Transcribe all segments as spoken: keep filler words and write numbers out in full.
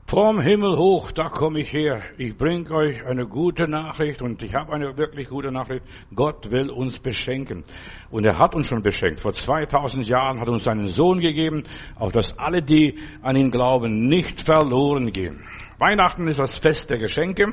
Vom Himmel hoch, da komme ich her. Ich bringe euch eine gute Nachricht und ich habe eine wirklich gute Nachricht. Gott will uns beschenken. Und er hat uns schon beschenkt. Vor zweitausend Jahren hat er uns seinen Sohn gegeben, auf dass alle, die an ihn glauben, nicht verloren gehen. Weihnachten ist das Fest der Geschenke,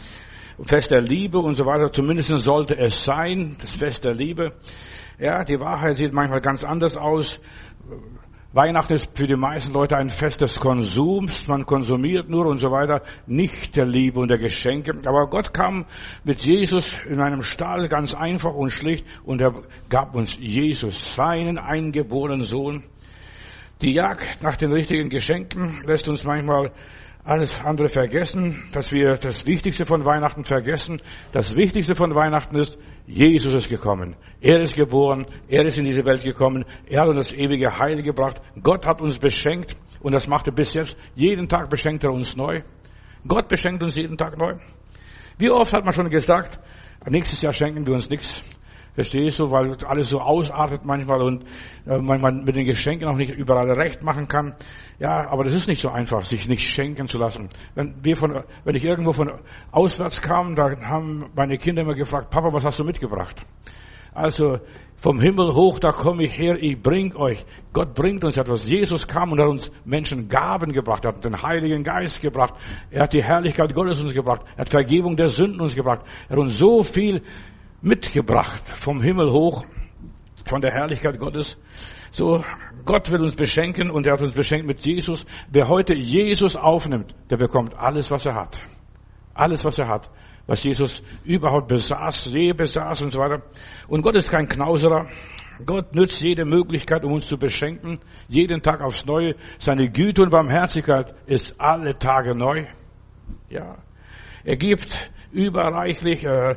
Fest der Liebe und so weiter. Zumindest sollte es sein, das Fest der Liebe. Ja, die Wahrheit sieht manchmal ganz anders aus. Weihnachten ist für die meisten Leute ein Fest des Konsums. Man konsumiert nur und so weiter, nicht der Liebe und der Geschenke. Aber Gott kam mit Jesus in einem Stall, ganz einfach und schlicht, und er gab uns Jesus, seinen eingeborenen Sohn. Die Jagd nach den richtigen Geschenken lässt uns manchmal alles andere vergessen, dass wir das Wichtigste von Weihnachten vergessen. Das Wichtigste von Weihnachten ist, Jesus ist gekommen. Er ist geboren. Er ist in diese Welt gekommen. Er hat uns das ewige Heil gebracht. Gott hat uns beschenkt. Und das macht er bis jetzt. Jeden Tag beschenkt er uns neu. Gott beschenkt uns jeden Tag neu. Wie oft hat man schon gesagt, nächstes Jahr schenken wir uns nichts. Verstehst du, weil alles so ausartet manchmal und äh, manchmal mit den Geschenken auch nicht überall recht machen kann. Ja, aber das ist nicht so einfach, sich nicht schenken zu lassen. Wenn wir von, wenn ich irgendwo von auswärts kam, da haben meine Kinder immer gefragt, Papa, was hast du mitgebracht? Also vom Himmel hoch, da komme ich her, ich bring euch. Gott bringt uns etwas. Jesus kam und hat uns Menschen Gaben gebracht. Er hat den Heiligen Geist gebracht. Er hat die Herrlichkeit Gottes uns gebracht. Er hat Vergebung der Sünden uns gebracht. Er hat uns so viel mitgebracht vom Himmel hoch, von der Herrlichkeit Gottes. So, Gott will uns beschenken und er hat uns beschenkt mit Jesus. Wer heute Jesus aufnimmt, der bekommt alles, was er hat. Alles, was er hat. Was Jesus überhaupt besaß, je besaß und so weiter. Und Gott ist kein Knauserer. Gott nützt jede Möglichkeit, um uns zu beschenken. Jeden Tag aufs Neue. Seine Güte und Barmherzigkeit ist alle Tage neu. Ja. Er gibt überreichlich, äh,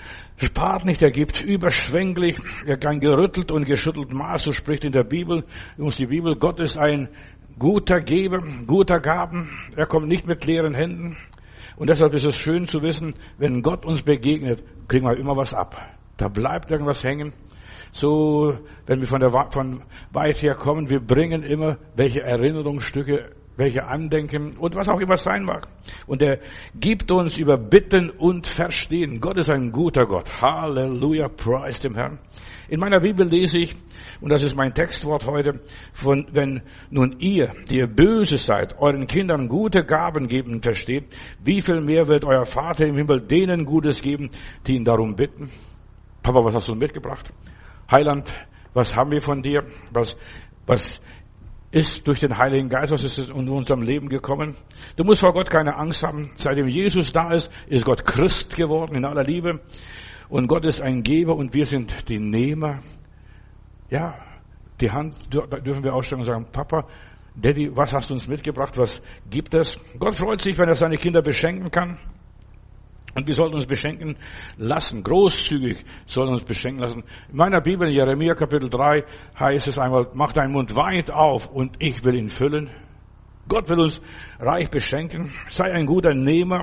spart nicht, er gibt überschwänglich, er kann gerüttelt und geschüttelt Maß, so spricht in der Bibel, uns die Bibel, Gott ist ein guter Geber, guter Gaben, er kommt nicht mit leeren Händen. Und deshalb ist es schön zu wissen, wenn Gott uns begegnet, kriegen wir immer was ab. Da bleibt irgendwas hängen. So, wenn wir von der, von weit her kommen, wir bringen immer welche Erinnerungsstücke, welche Andenken und was auch immer sein mag. Und er gibt uns über Bitten und Verstehen. Gott ist ein guter Gott. Halleluja, preis dem Herrn. In meiner Bibel lese ich, und das ist mein Textwort heute, von, wenn nun ihr, die ihr böse seid, euren Kindern gute Gaben geben versteht, wie viel mehr wird euer Vater im Himmel denen Gutes geben, die ihn darum bitten? Papa, was hast du mitgebracht? Heiland, was haben wir von dir? Was, was ist durch den Heiligen Geist, was ist in unserem Leben gekommen. Du musst vor Gott keine Angst haben. Seitdem Jesus da ist, ist Gott Christ geworden in aller Liebe. Und Gott ist ein Geber und wir sind die Nehmer. Ja, die Hand dürfen wir ausstrecken und sagen, Papa, Daddy, was hast du uns mitgebracht? Was gibt es? Gott freut sich, wenn er seine Kinder beschenken kann. Und wir sollten uns beschenken lassen, großzügig sollen uns beschenken lassen. In meiner Bibel, in Jeremia Kapitel drei, heißt es einmal, mach deinen Mund weit auf und ich will ihn füllen. Gott will uns reich beschenken. Sei ein guter Nehmer.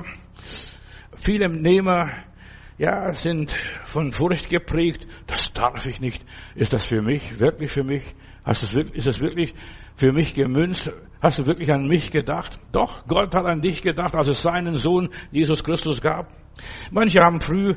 Viele Nehmer, ja, sind von Furcht geprägt. Das darf ich nicht. Ist das für mich? Wirklich für mich? Hast du es wirklich, ist es wirklich für mich gemünzt? Hast du wirklich an mich gedacht? Doch, Gott hat an dich gedacht, als es seinen Sohn Jesus Christus gab. Manche haben früh,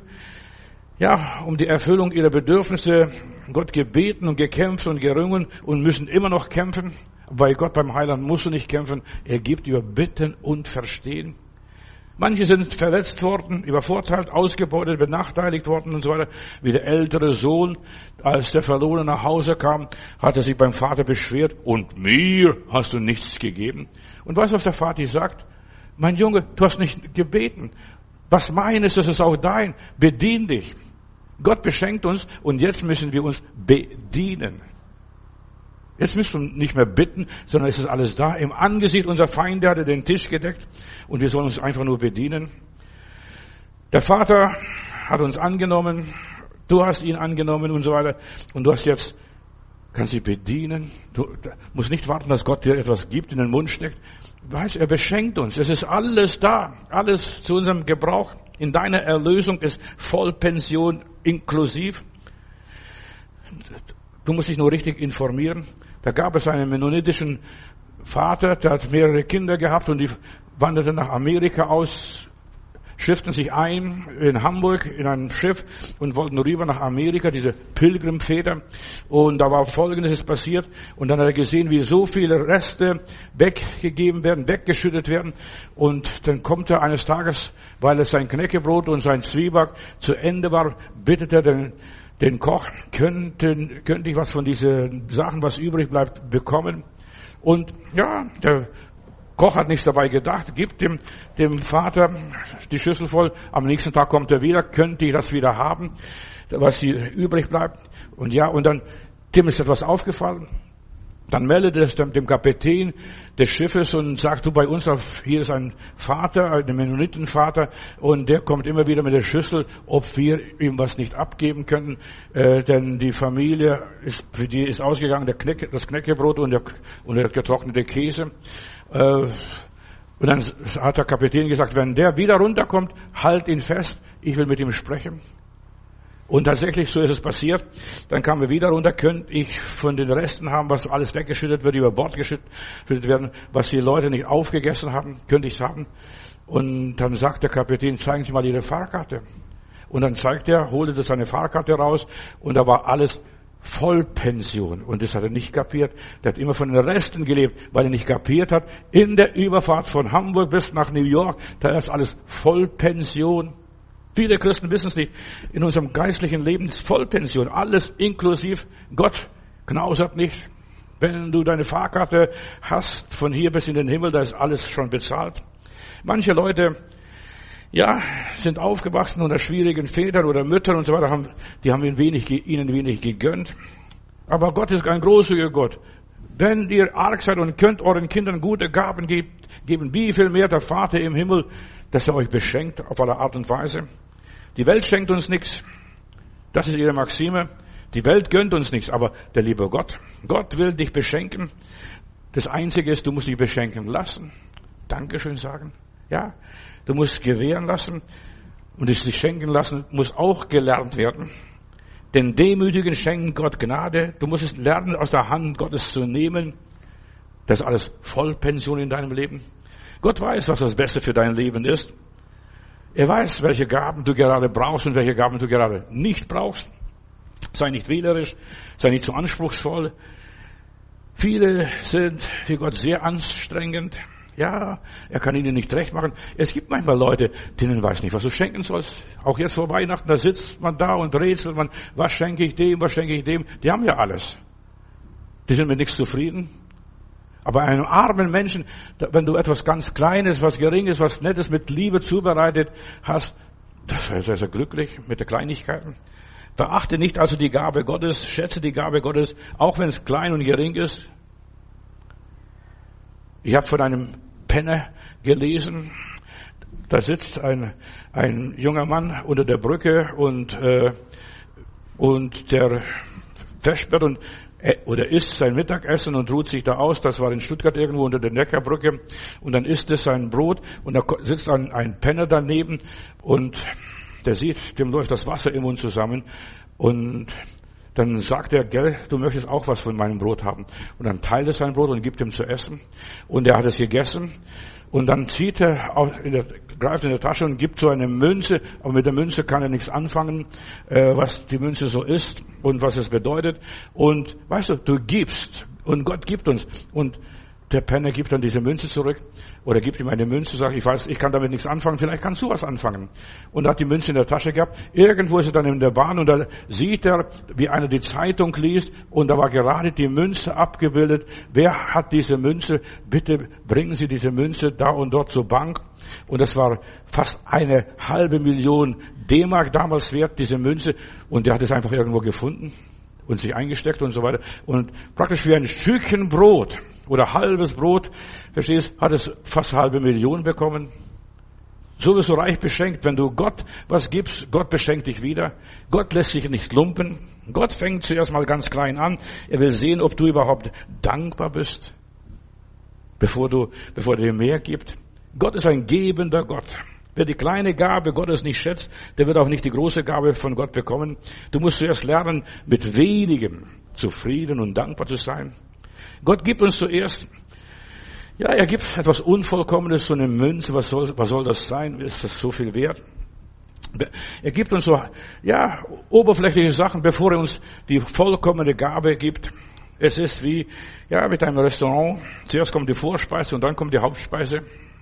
ja, um die Erfüllung ihrer Bedürfnisse Gott gebeten und gekämpft und gerungen und müssen immer noch kämpfen. Bei Gott, beim Heiland, musst du nicht kämpfen. Er gibt über Bitten und Verstehen. Manche sind verletzt worden, übervorteilt, ausgebeutet, benachteiligt worden und so weiter. Wie der ältere Sohn, als der Verlorene nach Hause kam, hat er sich beim Vater beschwert. Und mir hast du nichts gegeben. Und weißt du, was der Vater sagt? Mein Junge, du hast nicht gebeten. Was meines, das ist auch dein. Bedien dich. Gott beschenkt uns und jetzt müssen wir uns bedienen. Jetzt müssen wir nicht mehr bitten, sondern es ist alles da. Im Angesicht unserer Feinde hat er den Tisch gedeckt und wir sollen uns einfach nur bedienen. Der Vater hat uns angenommen, du hast ihn angenommen und so weiter. Und du hast jetzt, kannst dich bedienen. Du musst nicht warten, dass Gott dir etwas gibt, in den Mund steckt. Weißt, er beschenkt uns. Es ist alles da, alles zu unserem Gebrauch. In deiner Erlösung ist Vollpension inklusiv. Du musst dich nur richtig informieren. Da gab es einen mennonitischen Vater, der hat mehrere Kinder gehabt und die wanderten nach Amerika aus, schifften sich ein in Hamburg in ein Schiff und wollten rüber nach Amerika, diese Pilgrimväter. Und da war Folgendes passiert. Und dann hat er gesehen, wie so viele Reste weggegeben werden, weggeschüttet werden. Und dann kommt er eines Tages, weil es sein Knäckebrot und sein Zwieback zu Ende war, bittet er den, den Koch, könnte, könnte ich was von diesen Sachen, was übrig bleibt, bekommen? Und ja, der Koch hat nichts dabei gedacht, gibt dem, dem Vater die Schüssel voll. Am nächsten Tag kommt er wieder, könnte ich das wieder haben, was hier übrig bleibt. Und ja, und dann, dem ist etwas aufgefallen. Dann meldet er es dem, dem Kapitän des Schiffes und sagt, du, bei uns auf, hier ist ein Vater, ein Mennonitenvater, und der kommt immer wieder mit der Schüssel, ob wir ihm was nicht abgeben können, äh, denn die Familie ist, für die ist ausgegangen, der Knäcke, das Knäckebrot und der, und der getrocknete Käse. Äh, und dann hat der Kapitän gesagt, wenn der wieder runterkommt, halt ihn fest, ich will mit ihm sprechen. Und tatsächlich, so ist es passiert. Dann kamen wir wieder runter, könnte ich von den Resten haben, was alles weggeschüttet wird, über Bord geschüttet werden, was die Leute nicht aufgegessen haben, könnte ich es haben. Und dann sagt der Kapitän, zeigen Sie mal Ihre Fahrkarte. Und dann zeigt er, holte seine Fahrkarte raus und da war alles Vollpension. Und das hat er nicht kapiert. Der hat immer von den Resten gelebt, weil er nicht kapiert hat. In der Überfahrt von Hamburg bis nach New York, da ist alles Vollpension. Viele Christen wissen es nicht. In unserem geistlichen Leben ist Vollpension. Alles inklusiv. Gott knausert nicht. Wenn du deine Fahrkarte hast, von hier bis in den Himmel, da ist alles schon bezahlt. Manche Leute, ja, sind aufgewachsen unter schwierigen Vätern oder Müttern und so weiter, haben, die haben ihnen wenig, ihnen wenig gegönnt. Aber Gott ist ein großzügiger Gott. Wenn ihr arg seid und könnt euren Kindern gute Gaben geben, wie viel mehr der Vater im Himmel, dass er euch beschenkt auf alle Art und Weise. Die Welt schenkt uns nichts. Das ist ihre Maxime. Die Welt gönnt uns nichts, aber der liebe Gott, Gott will dich beschenken. Das Einzige ist, du musst dich beschenken lassen. Dankeschön sagen. Ja, du musst gewähren lassen. Und das sich schenken lassen muss auch gelernt werden. Den Demütigen schenkt Gott Gnade. Du musst es lernen, aus der Hand Gottes zu nehmen. Das ist alles Vollpension in deinem Leben. Gott weiß, was das Beste für dein Leben ist. Er weiß, welche Gaben du gerade brauchst und welche Gaben du gerade nicht brauchst. Sei nicht wählerisch, sei nicht zu anspruchsvoll. Viele sind für Gott sehr anstrengend. Ja, er kann ihnen nicht recht machen. Es gibt manchmal Leute, denen weiß nicht, was du schenken sollst. Auch jetzt vor Weihnachten, da sitzt man da und rätselt man, was schenke ich dem, was schenke ich dem. Die haben ja alles. Die sind mit nichts zufrieden. Aber einem armen Menschen, wenn du etwas ganz Kleines, was Geringes, was Nettes mit Liebe zubereitet hast, das ist sehr, sehr glücklich mit den Kleinigkeiten. Verachte nicht also die Gabe Gottes, schätze die Gabe Gottes, auch wenn es klein und gering ist. Ich habe von einem Penner gelesen, da sitzt ein, ein junger Mann unter der Brücke und, äh, und der versperrt und oder isst sein Mittagessen und ruht sich da aus. Das war in Stuttgart irgendwo unter der Neckarbrücke. Und dann isst es sein Brot und da sitzt ein, ein Penner daneben und der sieht, dem läuft das Wasser im Mund zusammen. Und dann sagt er, gell, du möchtest auch was von meinem Brot haben. Und dann teilt er sein Brot und gibt ihm zu essen. Und er hat es gegessen. Und dann zieht er, auf, in der, greift in der Tasche und gibt so eine Münze. Aber mit der Münze kann er nichts anfangen, äh, was die Münze so ist und was es bedeutet. Und weißt du, du gibst. Und Gott gibt uns. Und der Penner gibt dann diese Münze zurück. Oder gibt ihm eine Münze, sagt, ich weiß, ich kann damit nichts anfangen, vielleicht kannst du was anfangen. Und er hat die Münze in der Tasche gehabt. Irgendwo ist er dann in der Bahn und da sieht er, wie einer die Zeitung liest und da war gerade die Münze abgebildet. Wer hat diese Münze? Bitte bringen Sie diese Münze da und dort zur Bank. Und das war fast eine halbe Million D-Mark damals wert, diese Münze. Und der hat es einfach irgendwo gefunden und sich eingesteckt und so weiter. Und praktisch wie ein Stückchen Brot oder halbes Brot, verstehst, hat es fast halbe Million bekommen. So wirst du reich beschenkt. Wenn du Gott was gibst, Gott beschenkt dich wieder. Gott lässt sich nicht lumpen. Gott fängt zuerst mal ganz klein an. Er will sehen, ob du überhaupt dankbar bist, bevor du, bevor er dir mehr gibt. Gott ist ein gebender Gott. Wer die kleine Gabe Gottes nicht schätzt, der wird auch nicht die große Gabe von Gott bekommen. Du musst zuerst lernen, mit wenigem zufrieden und dankbar zu sein. Gott gibt uns zuerst Ja, er gibt etwas Unvollkommenes, so eine Münze, was soll, was soll das sein? Ist das so viel wert? Er gibt uns so, ja, oberflächliche Sachen, bevor er uns die vollkommene Gabe gibt. Es ist wie, ja, mit einem Restaurant. Zuerst kommt die Vorspeise und dann kommt die Hauptspeise.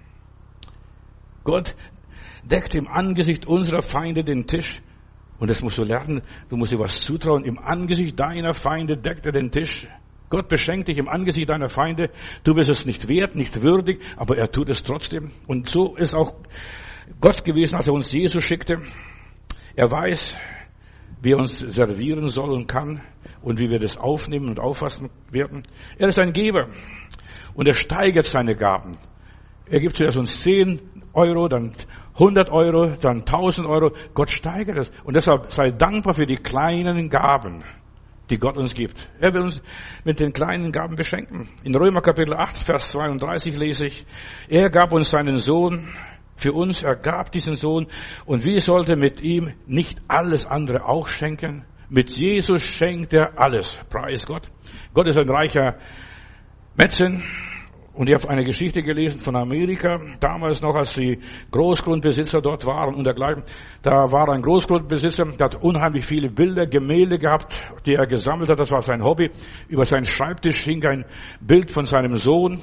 Gott deckt im Angesicht unserer Feinde den Tisch. Und das musst du lernen. Du musst dir was zutrauen. Im Angesicht deiner Feinde deckt er den Tisch. Gott beschenkt dich im Angesicht deiner Feinde. Du bist es nicht wert, nicht würdig, aber er tut es trotzdem. Und so ist auch Gott gewesen, als er uns Jesus schickte. Er weiß, wie er uns servieren soll und kann und wie wir das aufnehmen und auffassen werden. Er ist ein Geber und er steigert seine Gaben. Er gibt zuerst uns zehn Euro, dann hundert Euro, dann tausend Euro. Gott steigert es. Und deshalb sei dankbar für die kleinen Gaben, die Gott uns gibt. Er will uns mit den kleinen Gaben beschenken. In Römer Kapitel acht, Vers zweiunddreißig lese ich, er gab uns seinen Sohn. Für uns, er gab diesen Sohn. Und wie sollte mit ihm nicht alles andere auch schenken? Mit Jesus schenkt er alles. Preis Gott. Gott ist ein reicher Mäzen. Und ich habe eine Geschichte gelesen von Amerika, damals noch, als die Großgrundbesitzer dort waren und dergleichen. Da war ein Großgrundbesitzer, der hat unheimlich viele Bilder, Gemälde gehabt, die er gesammelt hat. Das war sein Hobby. Über seinen Schreibtisch hing ein Bild von seinem Sohn.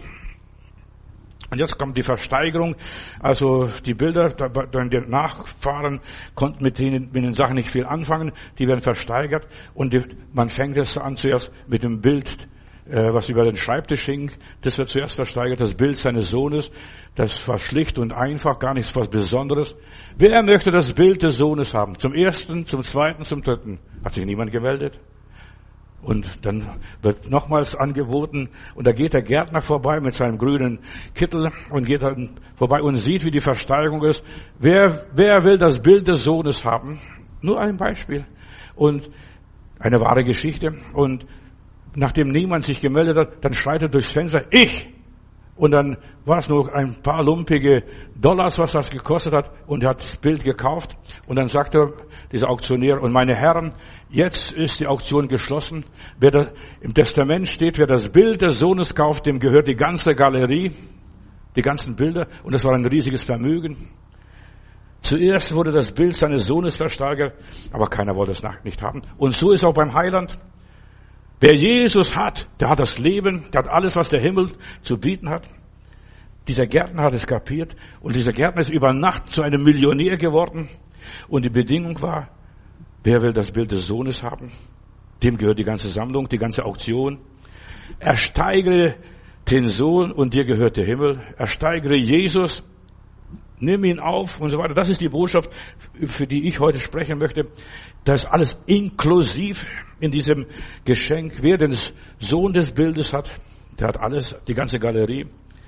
Und jetzt kommt die Versteigerung. Also die Bilder, dann die Nachfahren konnten mit denen, mit den Sachen nicht viel anfangen. Die werden versteigert. Und die, man fängt jetzt an zuerst mit dem Bild, äh, was über den Schreibtisch hing. Das wird zuerst versteigert, das Bild seines Sohnes. Das war schlicht und einfach, gar nichts was Besonderes. Wer möchte das Bild des Sohnes haben? Zum ersten, zum zweiten, zum dritten. Hat sich niemand gemeldet? Und dann wird nochmals angeboten, und da geht der Gärtner vorbei mit seinem grünen Kittel und geht dann vorbei und sieht, wie die Versteigerung ist. Wer, wer will das Bild des Sohnes haben? Nur ein Beispiel. Und eine wahre Geschichte. Und nachdem niemand sich gemeldet hat, dann schreit er durchs Fenster, ich! Und dann war es nur ein paar lumpige Dollars, was das gekostet hat, und er hat das Bild gekauft. Und dann sagte dieser Auktionär, und meine Herren, jetzt ist die Auktion geschlossen. Wer da, im Testament steht, wer das Bild des Sohnes kauft, dem gehört die ganze Galerie, die ganzen Bilder, und das war ein riesiges Vermögen. Zuerst wurde das Bild seines Sohnes versteigert, aber keiner wollte es nicht haben. Und so ist auch beim Heiland. Wer Jesus hat, der hat das Leben, der hat alles, was der Himmel zu bieten hat. Dieser Gärtner hat es kapiert und dieser Gärtner ist über Nacht zu einem Millionär geworden. Und die Bedingung war, wer will das Bild des Sohnes haben? Dem gehört die ganze Sammlung, die ganze Auktion. Ersteigere den Sohn und dir gehört der Himmel. Ersteigere Jesus, nimm ihn auf und so weiter. Das ist die Botschaft, für die ich heute sprechen möchte. Das ist alles inklusiv in diesem Geschenk. Wer den Sohn des Bildes hat, der hat alles, die ganze Galerie.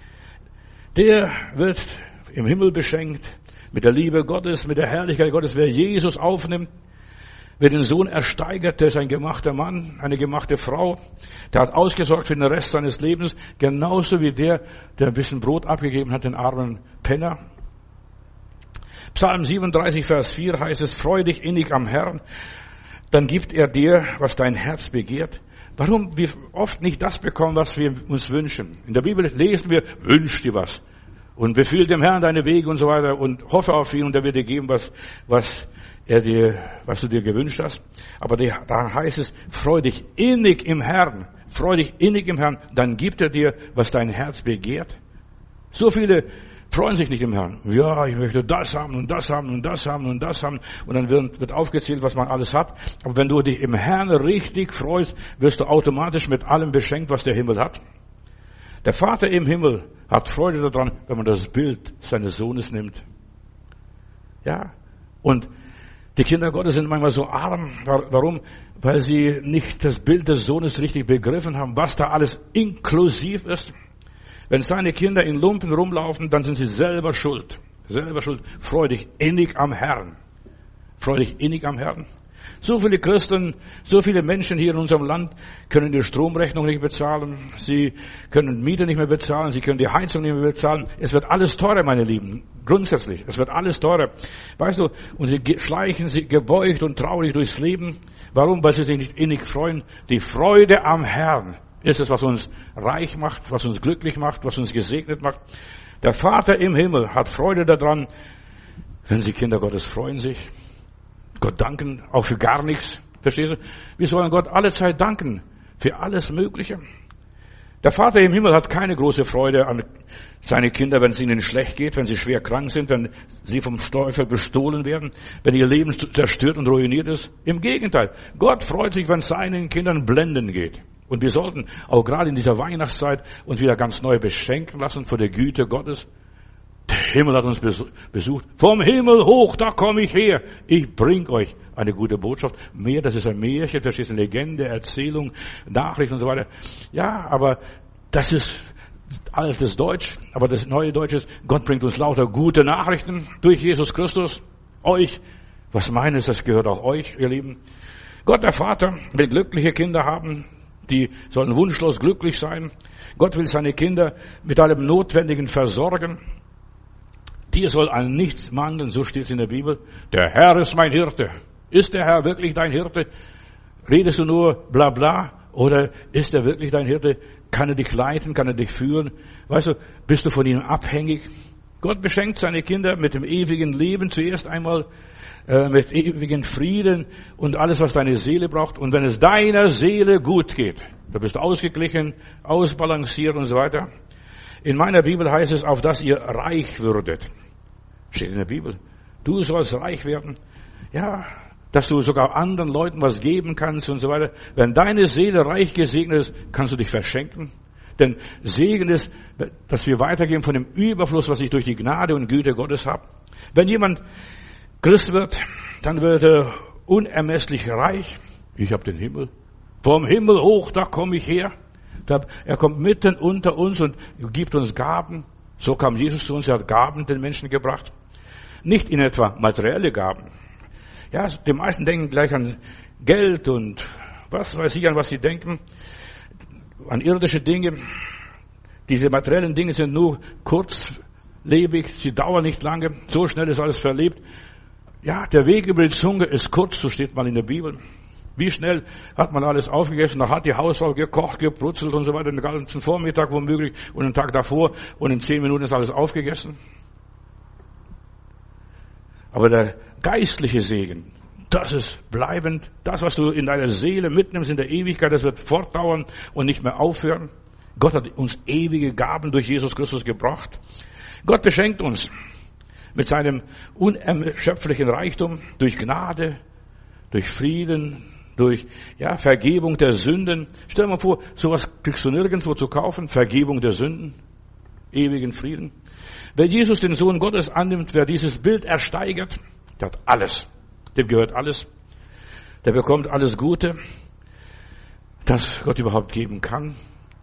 Der wird im Himmel beschenkt mit der Liebe Gottes, mit der Herrlichkeit Gottes. Wer Jesus aufnimmt, wer den Sohn ersteigert, der ist ein gemachter Mann, eine gemachte Frau. Der hat ausgesorgt für den Rest seines Lebens, genauso wie der, der ein bisschen Brot abgegeben hat, den armen Penner. Psalm siebenunddreißig, Vers vier heißt es, freu dich innig am Herrn, dann gibt er dir, was dein Herz begehrt. Warum wir oft nicht das bekommen, was wir uns wünschen? In der Bibel lesen wir, wünsch dir was. Und befiehl dem Herrn deine Wege und so weiter und hoffe auf ihn und er wird dir geben, was, was er dir, was du dir gewünscht hast. Aber da heißt es, freu dich innig im Herrn. Freu dich innig im Herrn, dann gibt er dir, was dein Herz begehrt. So viele freuen sich nicht im Herrn. Ja, ich möchte das haben und das haben und das haben und das haben. Und dann wird, wird aufgezählt, was man alles hat. Aber wenn du dich im Herrn richtig freust, wirst du automatisch mit allem beschenkt, was der Himmel hat. Der Vater im Himmel hat Freude daran, wenn man das Bild seines Sohnes nimmt. Ja. Und die Kinder Gottes sind manchmal so arm. Warum? Weil sie nicht das Bild des Sohnes richtig begriffen haben, was da alles inklusiv ist. Wenn seine Kinder in Lumpen rumlaufen, dann sind sie selber schuld. Selber schuld. Freu dich innig am Herrn. Freu dich innig am Herrn. So viele Christen, so viele Menschen hier in unserem Land können die Stromrechnung nicht bezahlen. Sie können Miete nicht mehr bezahlen. Sie können die Heizung nicht mehr bezahlen. Es wird alles teurer, meine Lieben. Grundsätzlich. Es wird alles teurer. Weißt du, und sie schleichen sie gebeugt und traurig durchs Leben. Warum? Weil sie sich nicht innig freuen. Die Freude am Herrn ist es, was uns reich macht, was uns glücklich macht, was uns gesegnet macht. Der Vater im Himmel hat Freude daran, wenn sie Kinder Gottes freuen sich. Gott danken, auch für gar nichts. Verstehst du? Wir sollen Gott alle Zeit danken für alles Mögliche. Der Vater im Himmel hat keine große Freude an seine Kinder, wenn es ihnen schlecht geht, wenn sie schwer krank sind, wenn sie vom Teufel bestohlen werden, wenn ihr Leben zerstört und ruiniert ist. Im Gegenteil, Gott freut sich, wenn es seinen Kindern blenden geht. Und wir sollten auch gerade in dieser Weihnachtszeit uns wieder ganz neu beschenken lassen von der Güte Gottes. Der Himmel hat uns besucht. Vom Himmel hoch, da komme ich her. Ich bring euch eine gute Botschaft. Mehr, das ist ein Märchen, das ist eine Legende, Erzählung, Nachricht und so weiter. Ja, aber das ist altes Deutsch. Aber das neue Deutsch ist, Gott bringt uns lauter gute Nachrichten durch Jesus Christus. Euch, was meines, das gehört auch euch, ihr Lieben. Gott, der Vater, will glückliche Kinder haben. Die sollen wunschlos glücklich sein. Gott will seine Kinder mit allem Notwendigen versorgen. Dir soll an nichts mangeln, so steht es in der Bibel. Der Herr ist mein Hirte. Ist der Herr wirklich dein Hirte? Redest du nur bla bla? Oder ist er wirklich dein Hirte? Kann er dich leiten? Kann er dich führen? Weißt du, bist du von ihm abhängig? Gott beschenkt seine Kinder mit dem ewigen Leben zuerst einmal, äh, mit ewigen Frieden und alles, was deine Seele braucht. Und wenn es deiner Seele gut geht, da bist du ausgeglichen, ausbalanciert und so weiter. In meiner Bibel heißt es, auf dass ihr reich würdet. Steht in der Bibel. Du sollst reich werden. Ja, dass du sogar anderen Leuten was geben kannst und so weiter. Wenn deine Seele reich gesegnet ist, kannst du dich verschenken. Denn Segen ist, dass wir weitergeben von dem Überfluss, was ich durch die Gnade und Güte Gottes habe. Wenn jemand Christ wird, dann wird er unermesslich reich. Ich habe den Himmel. Vom Himmel hoch, da komme ich her. Er kommt mitten unter uns und gibt uns Gaben. So kam Jesus zu uns, er hat Gaben den Menschen gebracht. Nicht in etwa materielle Gaben. Ja, die meisten denken gleich an Geld und was weiß ich, an was sie denken. An irdische Dinge. Diese materiellen Dinge sind nur kurzlebig, sie dauern nicht lange. So schnell ist alles verlebt. Ja, der Weg über die Zunge ist kurz, so steht mal in der Bibel. Wie schnell hat man alles aufgegessen, da hat die Hausfrau gekocht, gebrutzelt und so weiter, den ganzen Vormittag womöglich und den Tag davor und in zehn Minuten ist alles aufgegessen. Aber der geistliche Segen, das ist bleibend. Das, was du in deiner Seele mitnimmst in der Ewigkeit, das wird fortdauern und nicht mehr aufhören. Gott hat uns ewige Gaben durch Jesus Christus gebracht. Gott beschenkt uns mit seinem unerschöpflichen Reichtum durch Gnade, durch Frieden, durch ja, Vergebung der Sünden. Stell dir mal vor, sowas kriegst du nirgendwo zu kaufen. Vergebung der Sünden, ewigen Frieden. Wer Jesus, den Sohn Gottes, annimmt, wer dieses Bild ersteigert, der hat alles. Dem gehört alles. Der bekommt alles Gute, das Gott überhaupt geben kann.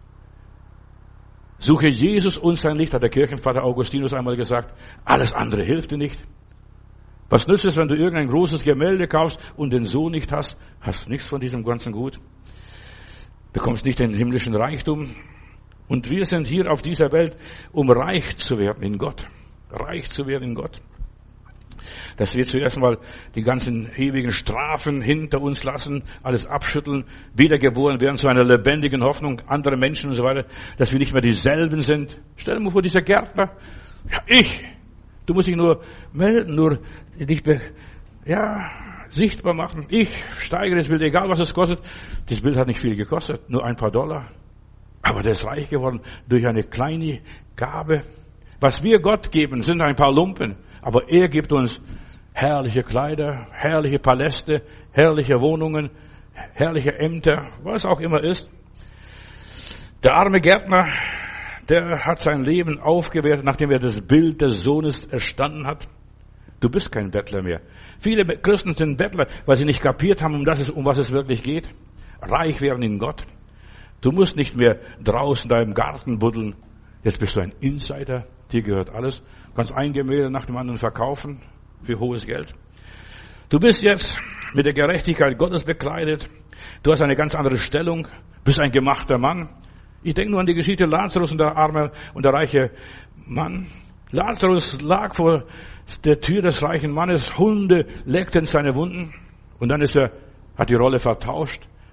Suche Jesus und sein Licht, hat der Kirchenvater Augustinus einmal gesagt. Alles andere hilft dir nicht. Was nützt es, wenn du irgendein großes Gemälde kaufst und den Sohn nicht hast? Hast du nichts von diesem ganzen Gut. Bekommst nicht den himmlischen Reichtum. Und wir sind hier auf dieser Welt, um reich zu werden in Gott. Reich zu werden in Gott. Dass wir zuerst mal die ganzen ewigen Strafen hinter uns lassen, alles abschütteln, wiedergeboren werden zu einer lebendigen Hoffnung, andere Menschen und so weiter, dass wir nicht mehr dieselben sind. Stell dir mal vor, dieser Gärtner, ja, ich, du musst dich nur melden, nur dich, be, ja, sichtbar machen. Ich steigere das Bild, egal was es kostet. Das Bild hat nicht viel gekostet, nur ein paar Dollar. Aber der ist reich geworden durch eine kleine Gabe. Was wir Gott geben, sind ein paar Lumpen. Aber er gibt uns herrliche Kleider, herrliche Paläste, herrliche Wohnungen, herrliche Ämter, was auch immer ist. Der arme Gärtner, der hat sein Leben aufgewertet, nachdem er das Bild des Sohnes erstanden hat. Du bist kein Bettler mehr. Viele Christen sind Bettler, weil sie nicht kapiert haben, um, das es, um was es wirklich geht. Reich werden in Gott. Du musst nicht mehr draußen in deinem Garten buddeln. Jetzt bist du ein Insider. Dir gehört alles. Du kannst ein Gemälde nach dem anderen verkaufen für hohes Geld. Du bist jetzt mit der Gerechtigkeit Gottes bekleidet. Du hast eine ganz andere Stellung. Bist ein gemachter Mann. Ich denke nur an die Geschichte Lazarus und der arme und der reiche Mann. Lazarus lag vor der Tür des reichen Mannes. Hunde leckten seine Wunden. Und dann ist er, hat die Rolle vertauscht.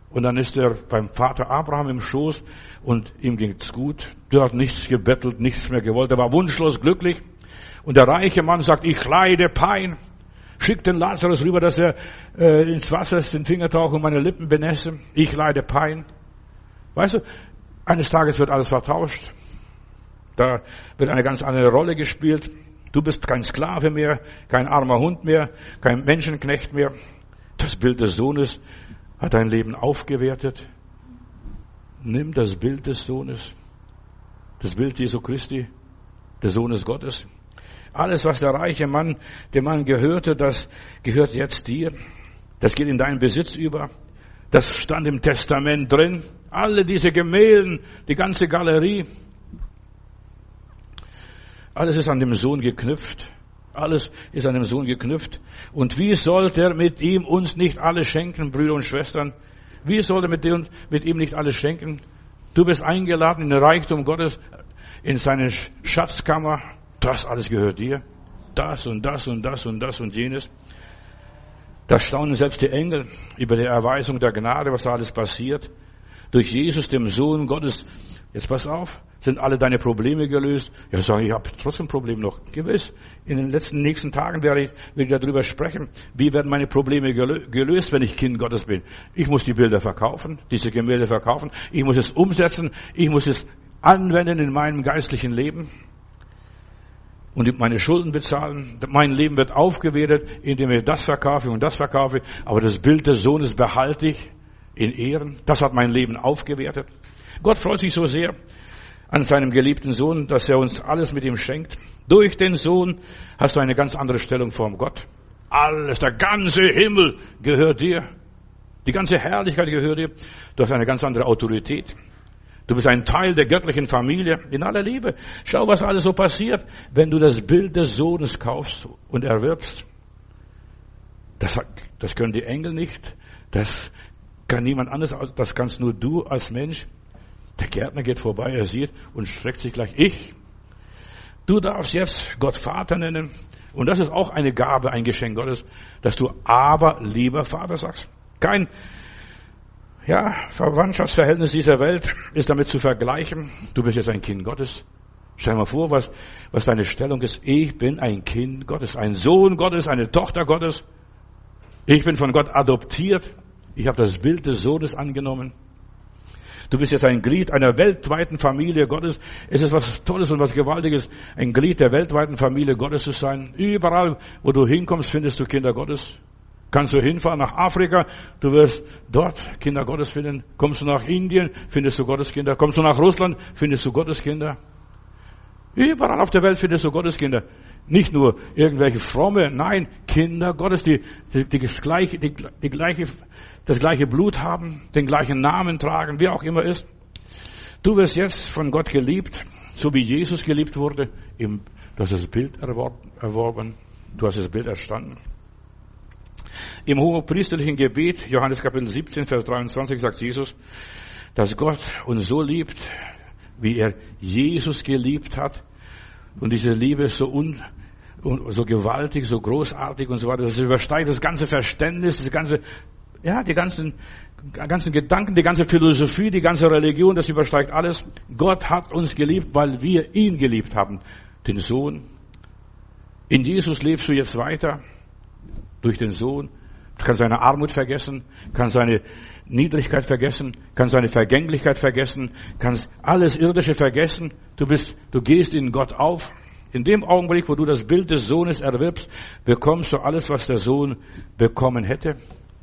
Und dann ist er beim Vater Abraham im Schoß und ihm ging's gut. Der hat nichts gebettelt, nichts mehr gewollt. Er war wunschlos glücklich. Und der reiche Mann sagt, ich leide Pein. Schick den Lazarus rüber, dass er äh, ins Wasser den Finger taucht und meine Lippen benässe. Ich leide Pein. Weißt du, eines Tages wird alles vertauscht. Da wird eine ganz andere Rolle gespielt. Du bist kein Sklave mehr, kein armer Hund mehr, kein Menschenknecht mehr. Das Bild des Sohnes hat dein Leben aufgewertet. Nimm das Bild des Sohnes, das Bild Jesu Christi, des Sohnes Gottes. Alles, was der reiche Mann, dem Mann gehörte, das gehört jetzt dir. Das geht in deinen Besitz über. Das stand im Testament drin. Alle diese Gemälde, die ganze Galerie. Alles ist an dem Sohn geknüpft. Alles ist an dem Sohn geknüpft. Und wie sollte er mit ihm uns nicht alles schenken, Brüder und Schwestern? Wie sollte er mit, dem, mit ihm nicht alles schenken? Du bist eingeladen in den Reichtum Gottes, in seine Schatzkammer. Das alles gehört dir. Das und das und das und das und jenes. Da staunen selbst die Engel über die Erweisung der Gnade, was da alles passiert. Durch Jesus, dem Sohn Gottes. Jetzt pass auf, sind alle deine Probleme gelöst? Ja, sag ich, ich habe trotzdem Probleme noch. Gewiss, in den letzten nächsten Tagen werde ich, werde ich darüber sprechen, wie werden meine Probleme gelöst, wenn ich Kind Gottes bin. Ich muss die Bilder verkaufen, diese Gemälde verkaufen. Ich muss es umsetzen, ich muss es anwenden in meinem geistlichen Leben. Und meine Schulden bezahlen. Mein Leben wird aufgewertet, indem ich das verkaufe und das verkaufe. Aber das Bild des Sohnes behalte ich in Ehren. Das hat mein Leben aufgewertet. Gott freut sich so sehr an seinem geliebten Sohn, dass er uns alles mit ihm schenkt. Durch den Sohn hast du eine ganz andere Stellung vor Gott. Alles, der ganze Himmel gehört dir. Die ganze Herrlichkeit gehört dir. Du hast eine ganz andere Autorität. Du bist ein Teil der göttlichen Familie in aller Liebe. Schau, was alles so passiert, wenn du das Bild des Sohnes kaufst und erwirbst. Das, das können die Engel nicht. Das kann niemand anderes. Das kannst nur du als Mensch. Der Gärtner geht vorbei, er sieht und streckt sich gleich. Ich. Du darfst jetzt Gott Vater nennen. Und das ist auch eine Gabe, ein Geschenk Gottes, dass du aber lieber Vater sagst. Kein Ja, Verwandtschaftsverhältnis dieser Welt ist damit zu vergleichen. Du bist jetzt ein Kind Gottes. Stell dir mal vor, was, was deine Stellung ist. Ich bin ein Kind Gottes, ein Sohn Gottes, eine Tochter Gottes. Ich bin von Gott adoptiert. Ich habe das Bild des Sohnes angenommen. Du bist jetzt ein Glied einer weltweiten Familie Gottes. Es ist was Tolles und was Gewaltiges, ein Glied der weltweiten Familie Gottes zu sein. Überall, wo du hinkommst, findest du Kinder Gottes. Kannst du hinfahren nach Afrika, du wirst dort Kinder Gottes finden. Kommst du nach Indien, findest du Gottes Kinder. Kommst du nach Russland, findest du Gottes Kinder. Überall auf der Welt findest du Gottes Kinder. Nicht nur irgendwelche fromme, nein, Kinder Gottes, die, die, die, das, gleiche, die, die gleiche, das gleiche Blut haben, den gleichen Namen tragen, wie auch immer ist. Du wirst jetzt von Gott geliebt, so wie Jesus geliebt wurde. Du hast das Bild erworben, du hast das Bild erstanden. Im hohepriesterlichen Gebet, Johannes Kapitel siebzehn, Vers dreiundzwanzig, sagt Jesus, dass Gott uns so liebt, wie er Jesus geliebt hat. Und diese Liebe ist so un, so gewaltig, so großartig und so weiter. Das übersteigt das ganze Verständnis, das ganze, ja, die ganzen, ganzen Gedanken, die ganze Philosophie, die ganze Religion, das übersteigt alles. Gott hat uns geliebt, weil wir ihn geliebt haben, den Sohn. In Jesus lebst du jetzt weiter. Durch den Sohn, kann seine Armut vergessen, kann seine Niedrigkeit vergessen, kann seine Vergänglichkeit vergessen, kannst alles Irdische vergessen. Du bist, du gehst in Gott auf. In dem Augenblick, wo du das Bild des Sohnes erwirbst, bekommst du alles, was der Sohn bekommen hätte.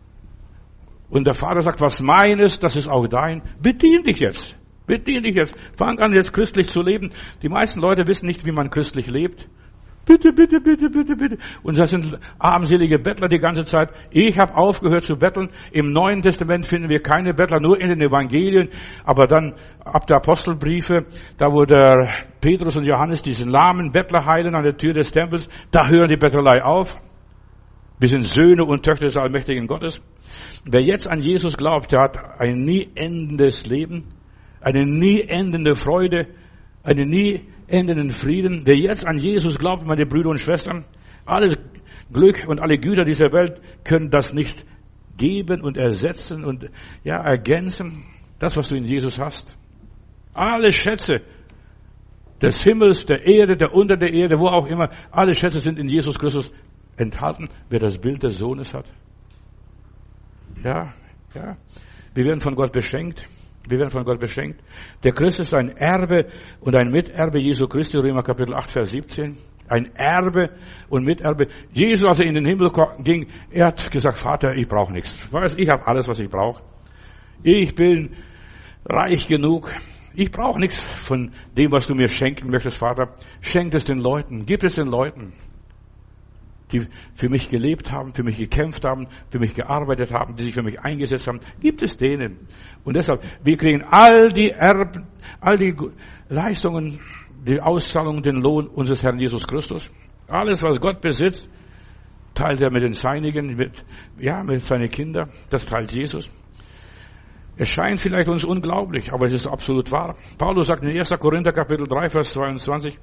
Und der Vater sagt, was mein ist, das ist auch dein. Bedien dich jetzt. Bedien dich jetzt. Fang an, jetzt christlich zu leben. Die meisten Leute wissen nicht, wie man christlich lebt. Bitte, bitte, bitte, bitte, bitte. Und das sind armselige Bettler die ganze Zeit. Ich habe aufgehört zu betteln. Im Neuen Testament finden wir keine Bettler, nur in den Evangelien. Aber dann ab der Apostelbriefe, da wo der Petrus und Johannes diesen lahmen Bettler heilen an der Tür des Tempels, da hören die Bettelei auf. Wir sind Söhne und Töchter des allmächtigen Gottes. Wer jetzt an Jesus glaubt, der hat ein nie endendes Leben, eine nie endende Freude, eine nie endenden Frieden. Wer jetzt an Jesus glaubt, meine Brüder und Schwestern, alles Glück und alle Güter dieser Welt können das nicht geben und ersetzen und ja, ergänzen. Das, was du in Jesus hast. Alle Schätze des Himmels, der Erde, der unter der Erde, wo auch immer, alle Schätze sind in Jesus Christus enthalten, wer das Bild des Sohnes hat. Ja, ja. Wir werden von Gott beschenkt. Wir werden von Gott beschenkt. Der Christ ist ein Erbe und ein Miterbe Jesu Christi, Römer Kapitel acht, Vers siebzehn. Ein Erbe und Miterbe. Jesus, als er in den Himmel ging, er hat gesagt, Vater, ich brauche nichts. Weißt, ich habe alles, was ich brauche. Ich bin reich genug. Ich brauche nichts von dem, was du mir schenken möchtest, Vater. Schenk es den Leuten. Gib es den Leuten, die für mich gelebt haben, für mich gekämpft haben, für mich gearbeitet haben, die sich für mich eingesetzt haben. Gibt es denen. Und deshalb, wir kriegen all die Erben, all die Leistungen, die Auszahlung, den Lohn unseres Herrn Jesus Christus. Alles, was Gott besitzt, teilt er mit den Seinigen, mit, ja, mit seinen Kindern. Das teilt Jesus. Es scheint vielleicht uns unglaublich, aber es ist absolut wahr. Paulus sagt in erster Korinther Kapitel drei, Vers zweiundzwanzig,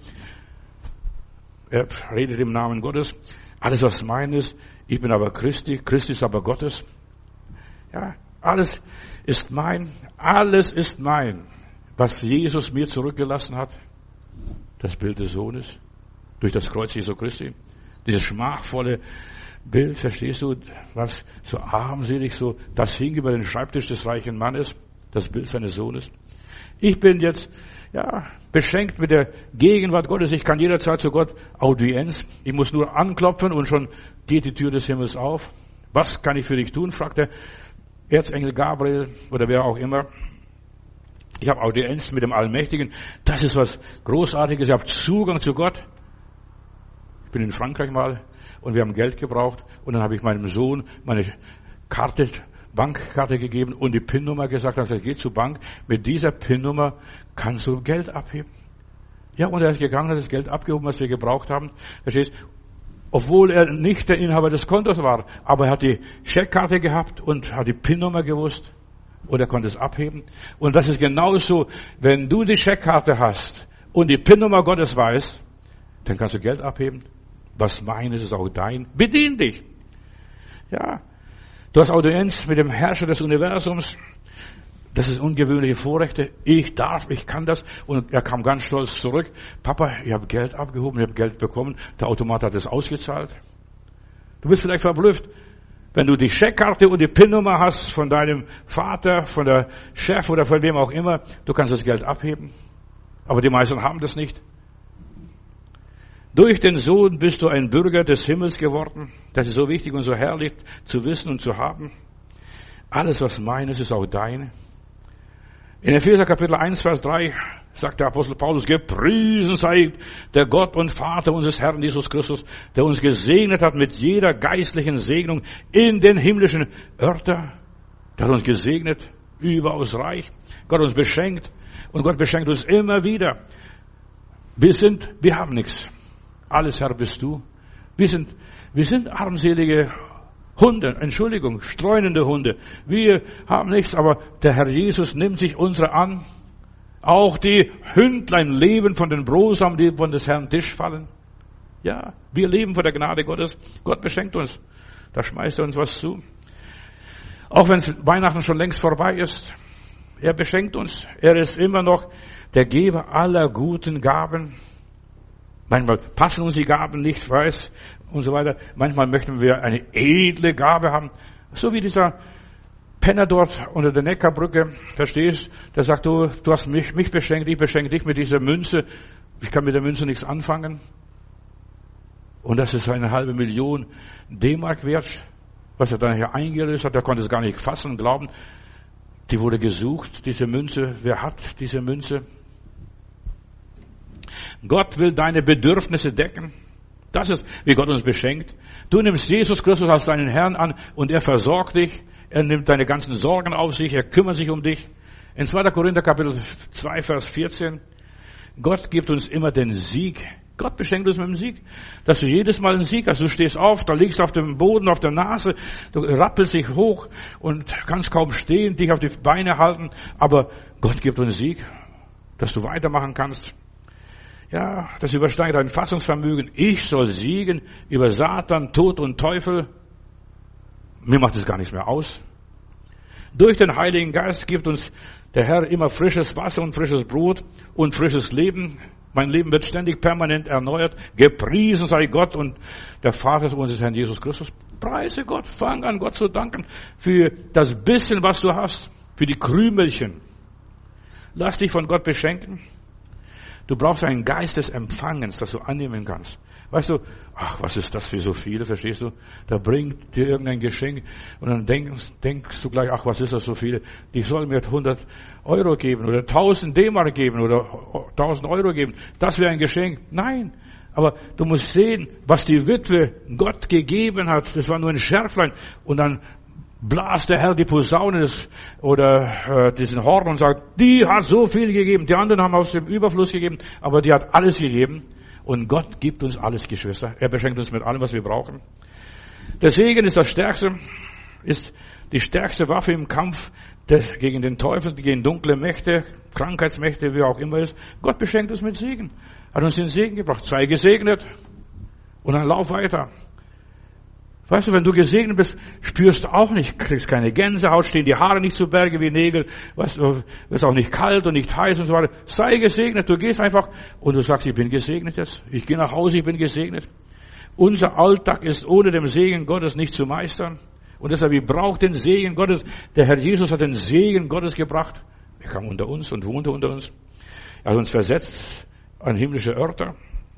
er redet im Namen Gottes, alles was mein ist, ich bin aber Christi, Christi ist aber Gottes. Ja, alles ist mein, alles ist mein, was Jesus mir zurückgelassen hat. Das Bild des Sohnes durch das Kreuz Jesu Christi. Dieses schmachvolle Bild, verstehst du, was so armselig so, das hing über den Schreibtisch des reichen Mannes, das Bild seines Sohnes. Ich bin jetzt, ja, beschenkt mit der Gegenwart Gottes. Ich kann jederzeit zu Gott Audienz. Ich muss nur anklopfen und schon geht die Tür des Himmels auf. Was kann ich für dich tun? fragt der Erzengel Gabriel oder wer auch immer. Ich habe Audienz mit dem Allmächtigen. Das ist was Großartiges. Ich habe Zugang zu Gott. Ich bin in Frankreich mal und wir haben Geld gebraucht und dann habe ich meinem Sohn meine Karte, Bankkarte gegeben und die PIN-Nummer gesagt. Er hat gesagt, geh zur Bank, mit dieser PIN-Nummer kannst du Geld abheben. Ja, und er ist gegangen, hat das Geld abgehoben, was wir gebraucht haben. Verstehst? Obwohl er nicht der Inhaber des Kontos war, aber er hat die Scheckkarte gehabt und hat die PIN-Nummer gewusst und er konnte es abheben. Und das ist genauso, wenn du die Scheckkarte hast und die PIN-Nummer Gottes weißt, dann kannst du Geld abheben. Was meines ist auch dein. Bedien dich. Ja. Du hast Audienz mit dem Herrscher des Universums. Das ist ungewöhnliche Vorrechte. Ich darf, ich kann das. Und er kam ganz stolz zurück. Papa, ich habe Geld abgehoben, ich habe Geld bekommen. Der Automat hat es ausgezahlt. Du bist vielleicht verblüfft, wenn du die Scheckkarte und die PIN-Nummer hast von deinem Vater, von der Chef oder von wem auch immer. Du kannst das Geld abheben. Aber die meisten haben das nicht. Durch den Sohn bist du ein Bürger des Himmels geworden. Das ist so wichtig und so herrlich zu wissen und zu haben. Alles, was meines, ist auch dein. In Epheser Kapitel eins, Vers drei sagt der Apostel Paulus, gepriesen sei der Gott und Vater unseres Herrn Jesus Christus, der uns gesegnet hat mit jeder geistlichen Segnung in den himmlischen Örtern. Der hat uns gesegnet, überaus reich. Gott hat uns beschenkt und Gott beschenkt uns immer wieder. Wir sind, wir haben nichts. Alles, Herr, bist du. Wir sind, wir sind armselige Hunde, Entschuldigung, streunende Hunde. Wir haben nichts, aber der Herr Jesus nimmt sich unsere an. Auch die Hündlein leben von den Brosamen, die von des Herrn Tisch fallen. Ja, wir leben von der Gnade Gottes. Gott beschenkt uns. Da schmeißt er uns was zu. Auch wenn Weihnachten schon längst vorbei ist. Er beschenkt uns. Er ist immer noch der Geber aller guten Gaben. Manchmal passen uns die Gaben nicht, weiß, und so weiter. Manchmal möchten wir eine edle Gabe haben. So wie dieser Penner dort unter der Neckarbrücke, verstehst? Der sagt, du, du hast mich, mich beschenkt, ich beschenke dich mit dieser Münze. Ich kann mit der Münze nichts anfangen. Und das ist eine halbe Million D-Mark wert, was er dann hier eingelöst hat. Der konnte es gar nicht fassen und glauben. Die wurde gesucht, diese Münze. Wer hat diese Münze? Gott will deine Bedürfnisse decken. Das ist, wie Gott uns beschenkt. Du nimmst Jesus Christus als deinen Herrn an und er versorgt dich. Er nimmt deine ganzen Sorgen auf sich. Er kümmert sich um dich. In zweiter Korinther Kapitel zwei, Vers vierzehn. Gott gibt uns immer den Sieg. Gott beschenkt uns mit dem Sieg. Dass du jedes Mal einen Sieg hast. Du stehst auf, da liegst du auf dem Boden, auf der Nase. Du rappelst dich hoch und kannst kaum stehen, dich auf die Beine halten. Aber Gott gibt uns Sieg, dass du weitermachen kannst. Ja, das übersteigt dein Fassungsvermögen. Ich soll siegen über Satan, Tod und Teufel. Mir macht es gar nichts mehr aus. Durch den Heiligen Geist gibt uns der Herr immer frisches Wasser und frisches Brot und frisches Leben. Mein Leben wird ständig permanent erneuert. Gepriesen sei Gott und der Vater unseres Herrn Jesus Christus. Preise Gott, fang an, Gott zu danken für das bisschen, was du hast, für die Krümelchen. Lass dich von Gott beschenken. Du brauchst einen Geist des Empfangens, das du annehmen kannst. Weißt du, ach, was ist das für so viele, verstehst du? Da bringt dir irgendein Geschenk und dann denkst, denkst du gleich, ach, was ist das so viele? Die sollen mir hundert Euro geben oder tausend D-Mark geben oder tausend Euro geben. Das wäre ein Geschenk. Nein. Aber du musst sehen, was die Witwe Gott gegeben hat. Das war nur ein Schärflein. Und dann blast der Herr die Posaune des, oder äh, diesen Horn und sagt, die hat so viel gegeben. Die anderen haben aus dem Überfluss gegeben, aber die hat alles gegeben. Und Gott gibt uns alles, Geschwister. Er beschenkt uns mit allem, was wir brauchen. Der Segen ist das Stärkste, ist die stärkste Waffe im Kampf des, gegen den Teufel, gegen dunkle Mächte, Krankheitsmächte, wie auch immer ist. Gott beschenkt uns mit Segen. Hat uns den Segen gebracht. Sei gesegnet. Und dann lauf weiter. Weißt du, wenn du gesegnet bist, spürst du auch nicht, kriegst keine Gänsehaut, stehen die Haare nicht zu Berge wie Nägel, weißt du, wirst auch nicht kalt und nicht heiß und so weiter. Sei gesegnet, du gehst einfach und du sagst, ich bin gesegnet jetzt. Ich gehe nach Hause, ich bin gesegnet. Unser Alltag ist ohne den Segen Gottes nicht zu meistern. Und deshalb, wir brauchen den Segen Gottes. Der Herr Jesus hat den Segen Gottes gebracht. Er kam unter uns und wohnte unter uns. Er hat uns versetzt an himmlische Örter.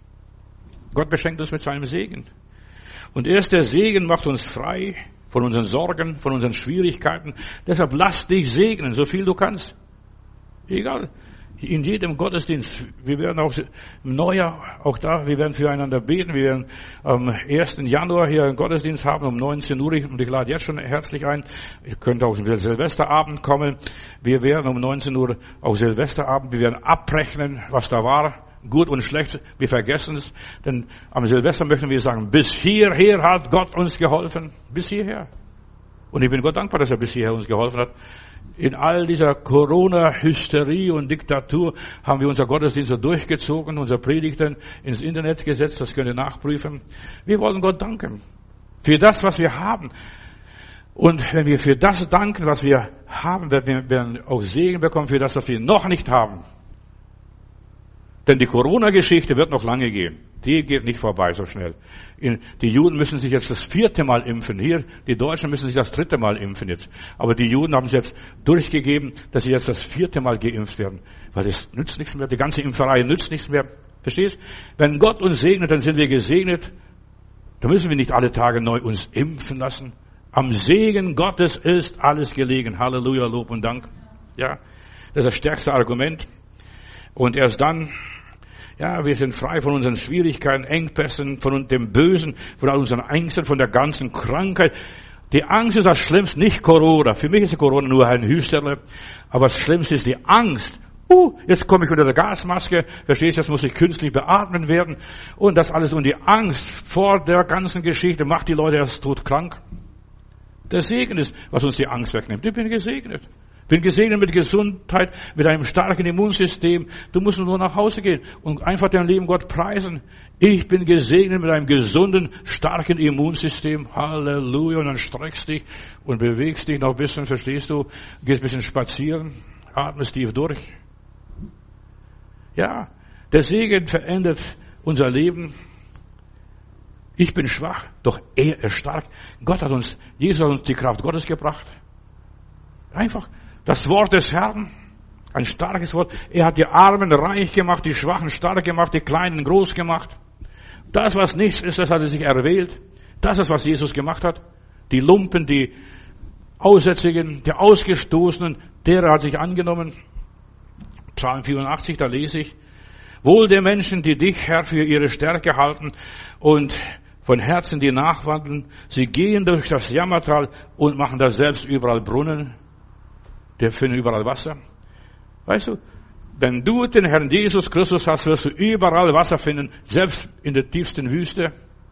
Gott beschenkt uns mit seinem Segen. Und erst der Segen macht uns frei von unseren Sorgen, von unseren Schwierigkeiten. Deshalb lass dich segnen, so viel du kannst. Egal. In jedem Gottesdienst. Wir werden auch im Neujahr, auch da, wir werden füreinander beten. Wir werden am ersten Januar hier einen Gottesdienst haben um neunzehn Uhr. Und ich lade jetzt schon herzlich ein. Ihr könnt auch zum Silvesterabend kommen. Wir werden um neunzehn Uhr auch Silvesterabend. Wir werden abrechnen, was da war. Gut und schlecht, wir vergessen es, denn am Silvester möchten wir sagen, bis hierher hat Gott uns geholfen, bis hierher. Und ich bin Gott dankbar, dass er bis hierher uns geholfen hat. In all dieser Corona-Hysterie und Diktatur haben wir unser Gottesdienst so durchgezogen, unser Predigten ins Internet gesetzt, das könnt ihr nachprüfen. Wir wollen Gott danken für das, was wir haben. Und wenn wir für das danken, was wir haben, werden wir auch Segen bekommen für das, was wir noch nicht haben. Denn die Corona-Geschichte wird noch lange gehen. Die geht nicht vorbei so schnell. Die Juden müssen sich jetzt das vierte Mal impfen. Hier, die Deutschen müssen sich das dritte Mal impfen jetzt. Aber die Juden haben es jetzt durchgegeben, dass sie jetzt das vierte Mal geimpft werden. Weil es nützt nichts mehr. Die ganze Impferei nützt nichts mehr. Verstehst? Wenn Gott uns segnet, dann sind wir gesegnet. Da müssen wir nicht alle Tage neu uns impfen lassen. Am Segen Gottes ist alles gelegen. Halleluja, Lob und Dank. Ja, das ist das stärkste Argument. Und erst dann, ja, wir sind frei von unseren Schwierigkeiten, Engpässen, von dem Bösen, von all unseren Ängsten, von der ganzen Krankheit. Die Angst ist das Schlimmste, nicht Corona. Für mich ist Corona nur ein Hüsterle. Aber das Schlimmste ist die Angst. Uh, jetzt komme ich unter der Gasmaske. Verstehst du, jetzt muss ich künstlich beatmen werden. Und das alles. Und die Angst vor der ganzen Geschichte macht die Leute erst todkrank. Der Segen ist, was uns die Angst wegnimmt. Ich bin gesegnet. Bin gesegnet mit Gesundheit, mit einem starken Immunsystem. Du musst nur nach Hause gehen und einfach dein Leben Gott preisen. Ich bin gesegnet mit einem gesunden, starken Immunsystem. Halleluja. Und dann streckst dich und bewegst dich noch ein bisschen, verstehst du? Gehst ein bisschen spazieren, atmest tief durch. Ja, der Segen verändert unser Leben. Ich bin schwach, doch er ist stark. Gott hat uns, Jesus hat uns die Kraft Gottes gebracht. Einfach. Das Wort des Herrn, ein starkes Wort. Er hat die Armen reich gemacht, die Schwachen stark gemacht, die Kleinen groß gemacht. Das, was nichts ist, das hat er sich erwählt. Das ist, was Jesus gemacht hat. Die Lumpen, die Aussätzigen, die Ausgestoßenen, derer hat sich angenommen. Psalm vierundachtzig, da lese ich, wohl der Menschen, die dich, Herr, für ihre Stärke halten und von Herzen die nachwandeln. Sie gehen durch das Jammertal und machen da selbst überall Brunnen. Der findet überall Wasser. Weißt du, wenn du den Herrn Jesus Christus hast, wirst du überall Wasser finden, selbst in der tiefsten Wüste.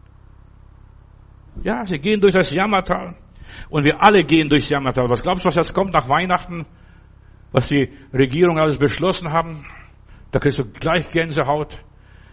Ja, sie gehen durch das Jammertal. Und wir alle gehen durchs Jammertal. Was glaubst du, was jetzt kommt nach Weihnachten? Was die Regierung alles beschlossen haben? Da kriegst du gleich Gänsehaut.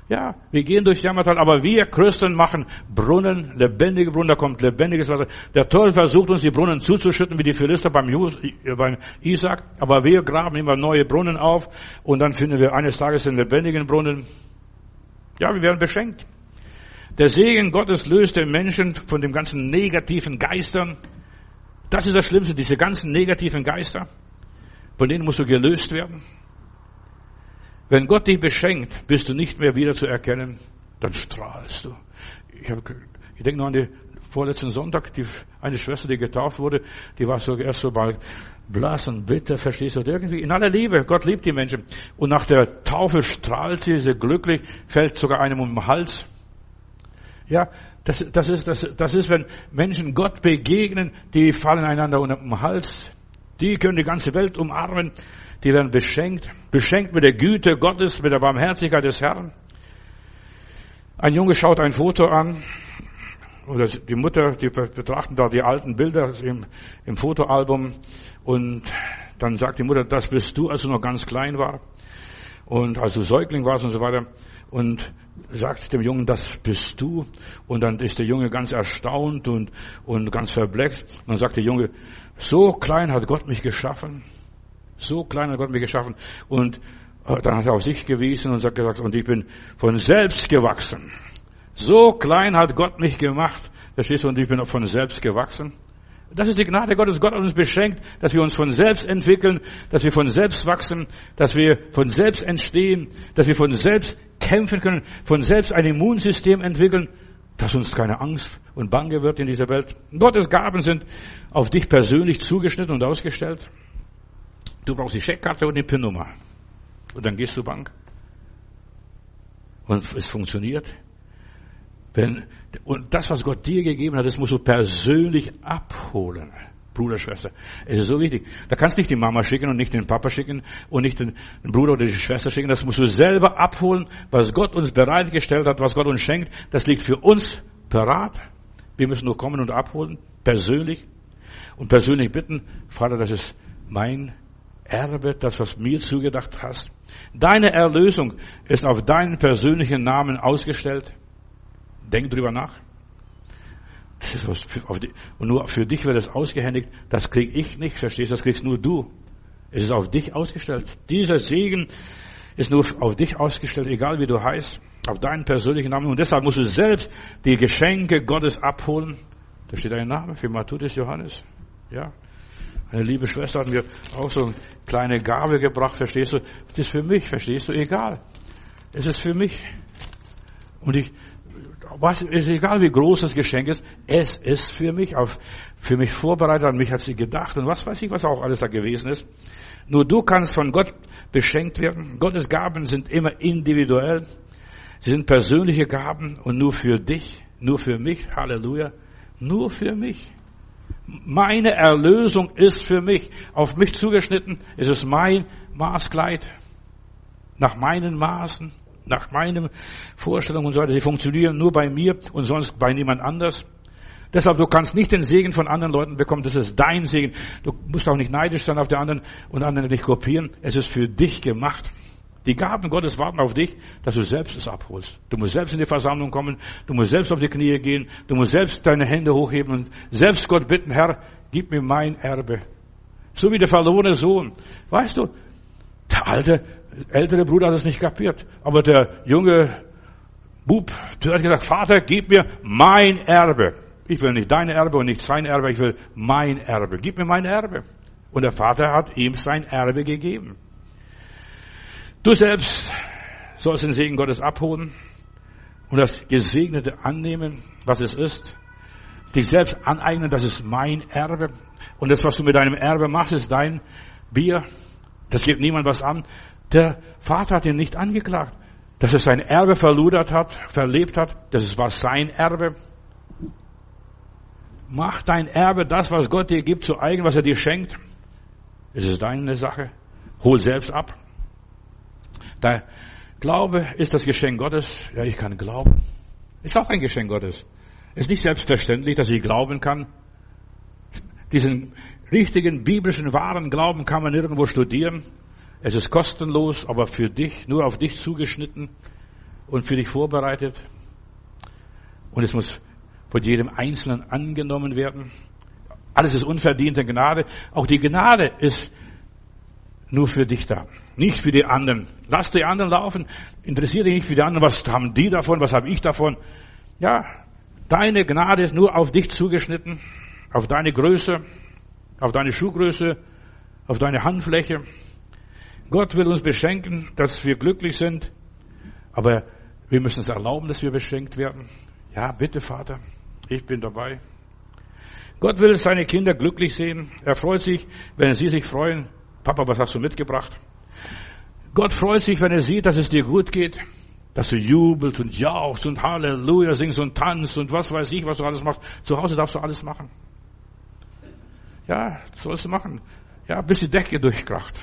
Ja, wir gehen durchs Jammertal, aber wir Christen machen Brunnen, lebendige Brunnen, da kommt lebendiges Wasser. Der Teufel versucht uns die Brunnen zuzuschütten, wie die Philister beim, Jus, beim Isaac, aber wir graben immer neue Brunnen auf und dann finden wir eines Tages den lebendigen Brunnen. Ja, wir werden beschenkt. Der Segen Gottes löst den Menschen von den ganzen negativen Geistern. Das ist das Schlimmste, diese ganzen negativen Geister. Von denen musst du gelöst werden. Wenn Gott dich beschenkt, bist du nicht mehr wieder zu erkennen, dann strahlst du. Ich, hab, ich denke noch an den vorletzten Sonntag, die, eine Schwester, die getauft wurde, die war so erst so mal blass und bitter, verstehst du, und irgendwie in aller Liebe, Gott liebt die Menschen. Und nach der Taufe strahlt sie, sie glücklich, fällt sogar einem um den Hals. Ja, das, das ist, das, das ist, wenn Menschen Gott begegnen, die fallen einander um den Hals, die können die ganze Welt umarmen, die werden beschenkt, beschenkt mit der Güte Gottes, mit der Barmherzigkeit des Herrn. Ein Junge schaut ein Foto an, oder die Mutter, die betrachten da die alten Bilder im, im Fotoalbum, und dann sagt die Mutter, das bist du, als du noch ganz klein war, und als du Säugling warst und so weiter, und sagt dem Jungen, das bist du, und dann ist der Junge ganz erstaunt und, und ganz verbleckt, und dann sagt der Junge, so klein hat Gott mich geschaffen. So klein hat Gott mich geschaffen. Und dann hat er auf sich gewiesen und hat gesagt, und ich bin von selbst gewachsen. So klein hat Gott mich gemacht. Verstehst du? Und ich bin auch von selbst gewachsen. Das ist die Gnade Gottes. Gott hat uns beschenkt, dass wir uns von selbst entwickeln, dass wir von selbst wachsen, dass wir von selbst entstehen, dass wir von selbst kämpfen können, von selbst ein Immunsystem entwickeln, dass uns keine Angst und Bange wird in dieser Welt. Gottes Gaben sind auf dich persönlich zugeschnitten und ausgestellt. Du brauchst die Scheckkarte und die PIN-Nummer. Und dann gehst du Bank. Und es funktioniert. Wenn, und das, was Gott dir gegeben hat, das musst du persönlich abholen. Bruder, Schwester. Es ist so wichtig. Da kannst du nicht die Mama schicken und nicht den Papa schicken und nicht den Bruder oder die Schwester schicken. Das musst du selber abholen. Was Gott uns bereitgestellt hat, was Gott uns schenkt, das liegt für uns parat. Wir müssen nur kommen und abholen. Persönlich. Und persönlich bitten, Vater, das ist mein Erbe, das, was mir zugedacht hast. Deine Erlösung ist auf deinen persönlichen Namen ausgestellt. Denk drüber nach. Das ist auf die, und nur für dich wird es ausgehändigt. Das krieg ich nicht, verstehst du? Das kriegst nur du. Es ist auf dich ausgestellt. Dieser Segen ist nur auf dich ausgestellt, egal wie du heißt, auf deinen persönlichen Namen. Und deshalb musst du selbst die Geschenke Gottes abholen. Da steht dein Name, für Matthäus Johannes. Ja. Eine liebe Schwester hat mir auch so eine kleine Gabe gebracht, verstehst du? Das ist für mich, verstehst du? Egal. Es ist für mich. Und ich, was, es ist egal, wie groß das Geschenk ist, es ist für mich, auf, für mich vorbereitet, an mich hat sie gedacht und was weiß ich, was auch alles da gewesen ist. Nur du kannst von Gott beschenkt werden. Gottes Gaben sind immer individuell. Sie sind persönliche Gaben und nur für dich, nur für mich, Halleluja, nur für mich. Meine Erlösung ist für mich, auf mich zugeschnitten, es ist mein Maßkleid, nach meinen Maßen, nach meinen Vorstellungen und so weiter. Sie funktionieren nur bei mir und sonst bei niemand anders. Deshalb, du kannst nicht den Segen von anderen Leuten bekommen, das ist dein Segen. Du musst auch nicht neidisch sein auf die anderen und anderen nicht kopieren. Es ist für dich gemacht. Die Gaben Gottes warten auf dich, dass du selbst es abholst. Du musst selbst in die Versammlung kommen, du musst selbst auf die Knie gehen, du musst selbst deine Hände hochheben und selbst Gott bitten, Herr, gib mir mein Erbe. So wie der verlorene Sohn. Weißt du, der alte, ältere Bruder hat es nicht kapiert, aber der junge Bub, der hat gesagt, Vater, gib mir mein Erbe. Ich will nicht dein Erbe und nicht sein Erbe, ich will mein Erbe. Gib mir mein Erbe. Und der Vater hat ihm sein Erbe gegeben. Du selbst sollst den Segen Gottes abholen und das Gesegnete annehmen, was es ist. Dich selbst aneignen, das ist mein Erbe. Und das, was du mit deinem Erbe machst, ist dein Bier. Das geht niemand was an. Der Vater hat ihn nicht angeklagt, dass er sein Erbe verludert hat, verlebt hat. Das war sein Erbe. Mach dein Erbe, das, was Gott dir gibt, zu eigen, was er dir schenkt. Es ist deine Sache. Hol selbst ab. Der Glaube ist das Geschenk Gottes. Ja, ich kann glauben. Ist auch ein Geschenk Gottes. Ist nicht selbstverständlich, dass ich glauben kann. Diesen richtigen, biblischen, wahren Glauben kann man nirgendwo studieren. Es ist kostenlos, aber für dich, nur auf dich zugeschnitten. und für dich vorbereitet. Und es muss von jedem Einzelnen angenommen werden. Alles ist unverdiente Gnade. Auch die Gnade ist nur für dich da, nicht für die anderen. Lass die anderen laufen. Interessiert dich nicht für die anderen. Was haben die davon? Was habe ich davon? Ja, deine Gnade ist nur auf dich zugeschnitten, auf deine Größe, auf deine Schuhgröße, auf deine Handfläche. Gott will uns beschenken, dass wir glücklich sind, aber wir müssen es erlauben, dass wir beschenkt werden. Ja, bitte, Vater, ich bin dabei. Gott will seine Kinder glücklich sehen. Er freut sich, wenn sie sich freuen. Papa, was hast du mitgebracht? Gott freut sich, wenn er sieht, dass es dir gut geht, dass du jubelst und jauchzt und Halleluja singst und tanzt und was weiß ich, was du alles machst. Zu Hause darfst du alles machen. Ja, sollst du machen. Ja, bis die Decke durchkracht.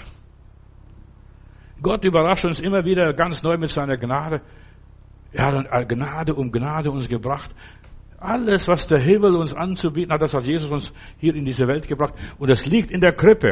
Gott überrascht uns immer wieder ganz neu mit seiner Gnade. Er hat Gnade um Gnade uns gebracht. Alles, was der Himmel uns anzubieten hat, das hat Jesus uns hier in diese Welt gebracht. Und es liegt in der Krippe.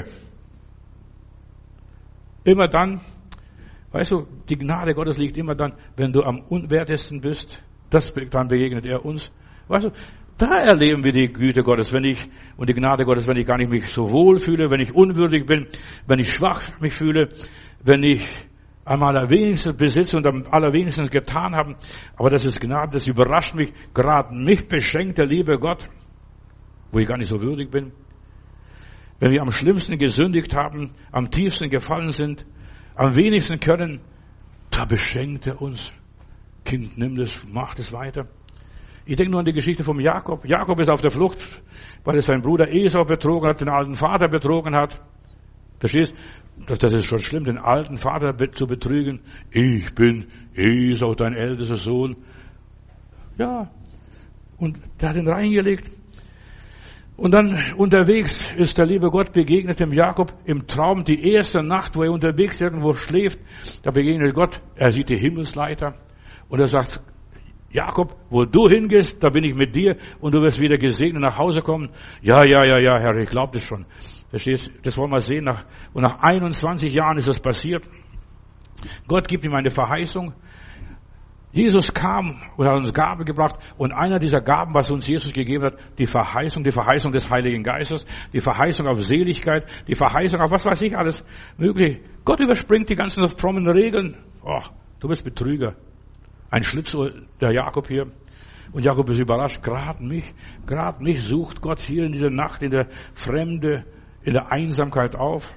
Immer dann, weißt du, die Gnade Gottes liegt immer dann, wenn du am unwertesten bist. Das, dann begegnet er uns. Weißt du, da erleben wir die Güte Gottes, wenn ich, und die Gnade Gottes, wenn ich gar nicht mich so wohl fühle, wenn ich unwürdig bin, wenn ich schwach mich fühle, wenn ich am allerwenigsten besitze und am allerwenigsten getan habe. Aber das ist Gnade, das überrascht mich. Gerade mich beschenkt der liebe Gott, wo ich gar nicht so würdig bin. Wenn wir am schlimmsten gesündigt haben, am tiefsten gefallen sind, am wenigsten können, da beschenkt er uns. Kind, nimm das, mach das weiter. Ich denke nur an die Geschichte vom Jakob. Jakob ist auf der Flucht, weil er seinen Bruder Esau betrogen hat, den alten Vater betrogen hat. Verstehst? Das, das ist schon schlimm, den alten Vater zu betrügen. Ich bin Esau, dein ältester Sohn. Ja. Und der hat ihn reingelegt. Und dann unterwegs ist der liebe Gott begegnet dem Jakob im Traum, die erste Nacht, wo er unterwegs irgendwo schläft. Da begegnet Gott, er sieht die Himmelsleiter und er sagt, Jakob, wo du hingehst, da bin ich mit dir und du wirst wieder gesegnet nach Hause kommen. Ja, ja, ja, ja, Herr, ich glaube das schon. Verstehst? Das wollen wir sehen. Und nach einundzwanzig Jahren ist das passiert. Gott gibt ihm eine Verheißung. Jesus kam und hat uns Gaben gebracht. Und einer dieser Gaben, was uns Jesus gegeben hat, die Verheißung, die Verheißung des Heiligen Geistes, die Verheißung auf Seligkeit, die Verheißung auf was weiß ich alles möglich. Gott überspringt die ganzen frommen Regeln. Ach, du bist Betrüger. Ein Schlitzohr, der Jakob hier. Und Jakob ist überrascht. Gerade mich, gerade mich sucht Gott hier in dieser Nacht, in der Fremde, in der Einsamkeit auf.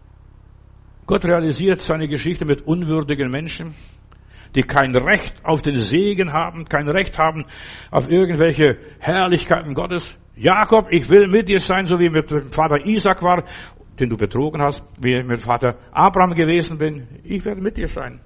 Gott realisiert seine Geschichte mit unwürdigen Menschen, die kein Recht auf den Segen haben, kein Recht haben auf irgendwelche Herrlichkeiten Gottes. Jakob, ich will mit dir sein, so wie mit dem Vater Isaac war, den du betrogen hast, wie ich mit Vater Abraham gewesen bin. Ich werde mit dir sein.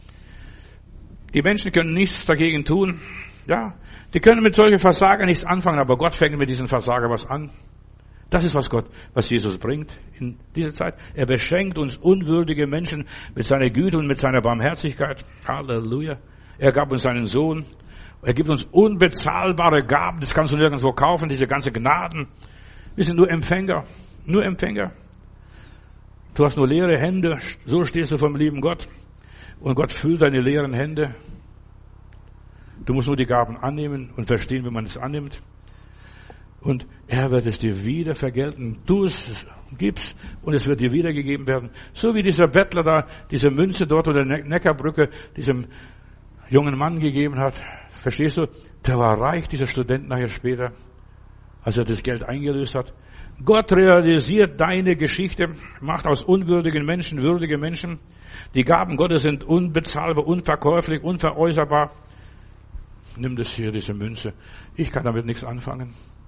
Die Menschen können nichts dagegen tun. Ja, die können mit solchen Versager nichts anfangen, aber Gott fängt mit diesen Versager was an. Das ist, was Gott, was Jesus bringt in dieser Zeit. Er beschenkt uns unwürdige Menschen mit seiner Güte und mit seiner Barmherzigkeit. Halleluja. Er gab uns seinen Sohn. Er gibt uns unbezahlbare Gaben. Das kannst du nirgendwo kaufen, diese ganzen Gnaden. Wir sind nur Empfänger. Nur Empfänger. Du hast nur leere Hände. So stehst du vom lieben Gott. Und Gott füllt deine leeren Hände. Du musst nur die Gaben annehmen und verstehen, wie man es annimmt. Und er wird es dir wieder vergelten. Du es gibst und es wird dir wiedergegeben werden. So wie dieser Bettler da, diese Münze dort oder der Neckarbrücke diesem jungen Mann gegeben hat. Verstehst du? Der war reich, dieser Student nachher später, als er das Geld eingelöst hat. Gott realisiert deine Geschichte, macht aus unwürdigen Menschen würdige Menschen. Die Gaben Gottes sind unbezahlbar, unverkäuflich, unveräußerbar. Nimm das hier, diese Münze. Ich kann damit nichts anfangen.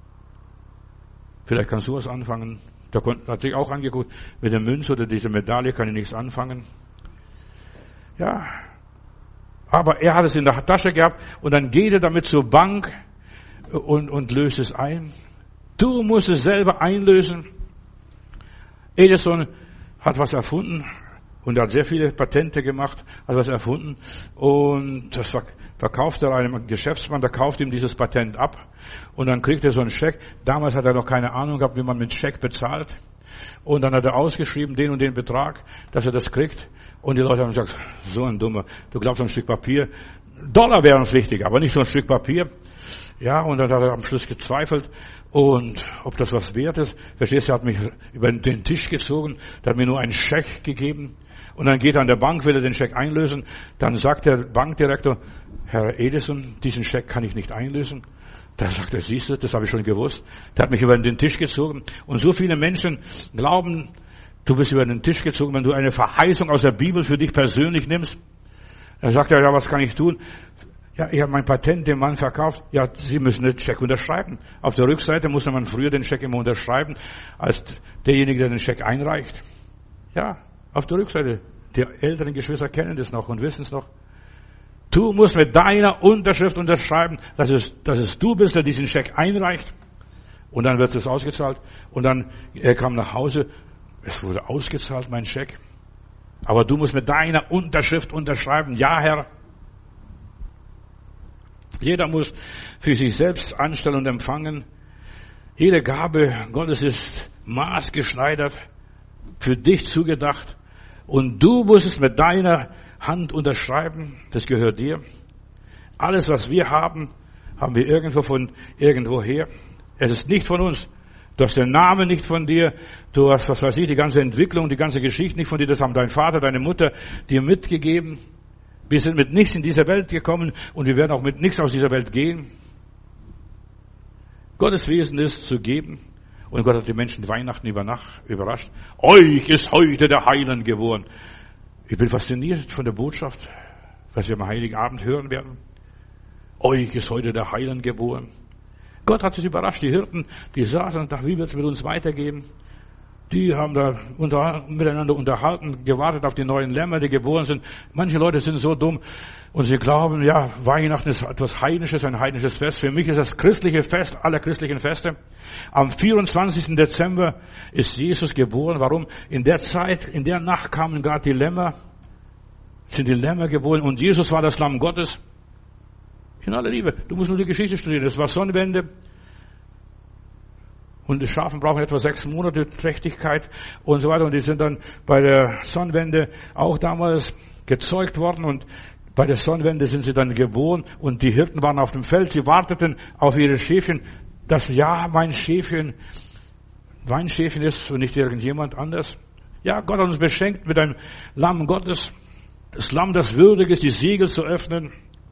Vielleicht kannst du was anfangen. Da hat sich auch angeguckt, mit der Münze oder dieser Medaille kann ich nichts anfangen. Ja, aber er hat es in der Tasche gehabt und dann geht er damit zur Bank und, und löst es ein. Du musst es selber einlösen. Edison hat was erfunden und er hat sehr viele Patente gemacht, hat was erfunden und das verkauft er einem Geschäftsmann, der kauft ihm dieses Patent ab und dann kriegt er so einen Scheck. Damals hat er noch keine Ahnung gehabt, wie man mit Scheck bezahlt und dann hat er ausgeschrieben, den und den Betrag, dass er das kriegt und die Leute haben gesagt, so ein Dummer, du glaubst an ein Stück Papier, Dollar wären uns wichtig, aber nicht so ein Stück Papier. Ja, und dann hat er am Schluss gezweifelt. Und ob das was wert ist. Verstehst du, er hat mich über den Tisch gezogen. Der hat mir nur einen Scheck gegeben. Und dann geht er an der Bank, will er den Scheck einlösen. Dann sagt der Bankdirektor, Herr Edison, diesen Scheck kann ich nicht einlösen. Da sagt er, siehst du, das habe ich schon gewusst. Der hat mich über den Tisch gezogen. Und so viele Menschen glauben, du bist über den Tisch gezogen, wenn du eine Verheißung aus der Bibel für dich persönlich nimmst. Dann sagt er, ja, was kann ich tun? Ja, ich habe mein Patent dem Mann verkauft. Ja, Sie müssen den Scheck unterschreiben. Auf der Rückseite musste man früher den Scheck immer unterschreiben, als derjenige, der den Scheck einreicht. Ja, auf der Rückseite. Die älteren Geschwister kennen das noch und wissen es noch. Du musst mit deiner Unterschrift unterschreiben, dass es, dass es du bist, der diesen Scheck einreicht. Und dann wird es ausgezahlt. Und dann, er kam nach Hause, es wurde ausgezahlt, mein Scheck. Aber du musst mit deiner Unterschrift unterschreiben. Ja, Herr. Jeder muss für sich selbst anstellen und empfangen. Jede Gabe Gottes ist maßgeschneidert, für dich zugedacht. Und du musst es mit deiner Hand unterschreiben. Das gehört dir. Alles, was wir haben, haben wir irgendwo von irgendwoher. Es ist nicht von uns. Du hast den Namen nicht von dir. Du hast, was weiß ich, die ganze Entwicklung, die ganze Geschichte nicht von dir. Das haben dein Vater, deine Mutter dir mitgegeben. Wir sind mit nichts in diese Welt gekommen und wir werden auch mit nichts aus dieser Welt gehen. Gottes Wesen ist zu geben. Und Gott hat die Menschen Weihnachten über Nacht überrascht. Euch ist heute der Heiland geboren. Ich bin fasziniert von der Botschaft, was wir am Heiligen Abend hören werden. Euch ist heute der Heiland geboren. Gott hat sich überrascht. Die Hirten, die saßen und dachten, wie wird es mit uns weitergehen? Die haben da unter, miteinander unterhalten, gewartet auf die neuen Lämmer, die geboren sind. Manche Leute sind so dumm und sie glauben, ja, Weihnachten ist etwas Heidnisches, ein heidnisches Fest. Für mich ist das christliche Fest aller christlichen Feste. Am vierundzwanzigsten Dezember ist Jesus geboren. Warum? In der Zeit, in der Nacht kamen gerade die Lämmer, sind die Lämmer geboren und Jesus war das Lamm Gottes. In aller Liebe, du musst nur die Geschichte studieren. Das war Sonnenwende. Und die Schafen brauchen etwa sechs Monate Trächtigkeit und so weiter. Und die sind dann bei der Sonnenwende auch damals gezeugt worden. Und bei der Sonnenwende sind sie dann geboren. Und die Hirten waren auf dem Feld. Sie warteten auf ihre Schäfchen. Das ja, mein Schäfchen, mein Schäfchen ist und nicht irgendjemand anders. Ja, Gott hat uns beschenkt mit einem Lamm Gottes. Das Lamm, das würdig ist, die Siegel zu öffnen.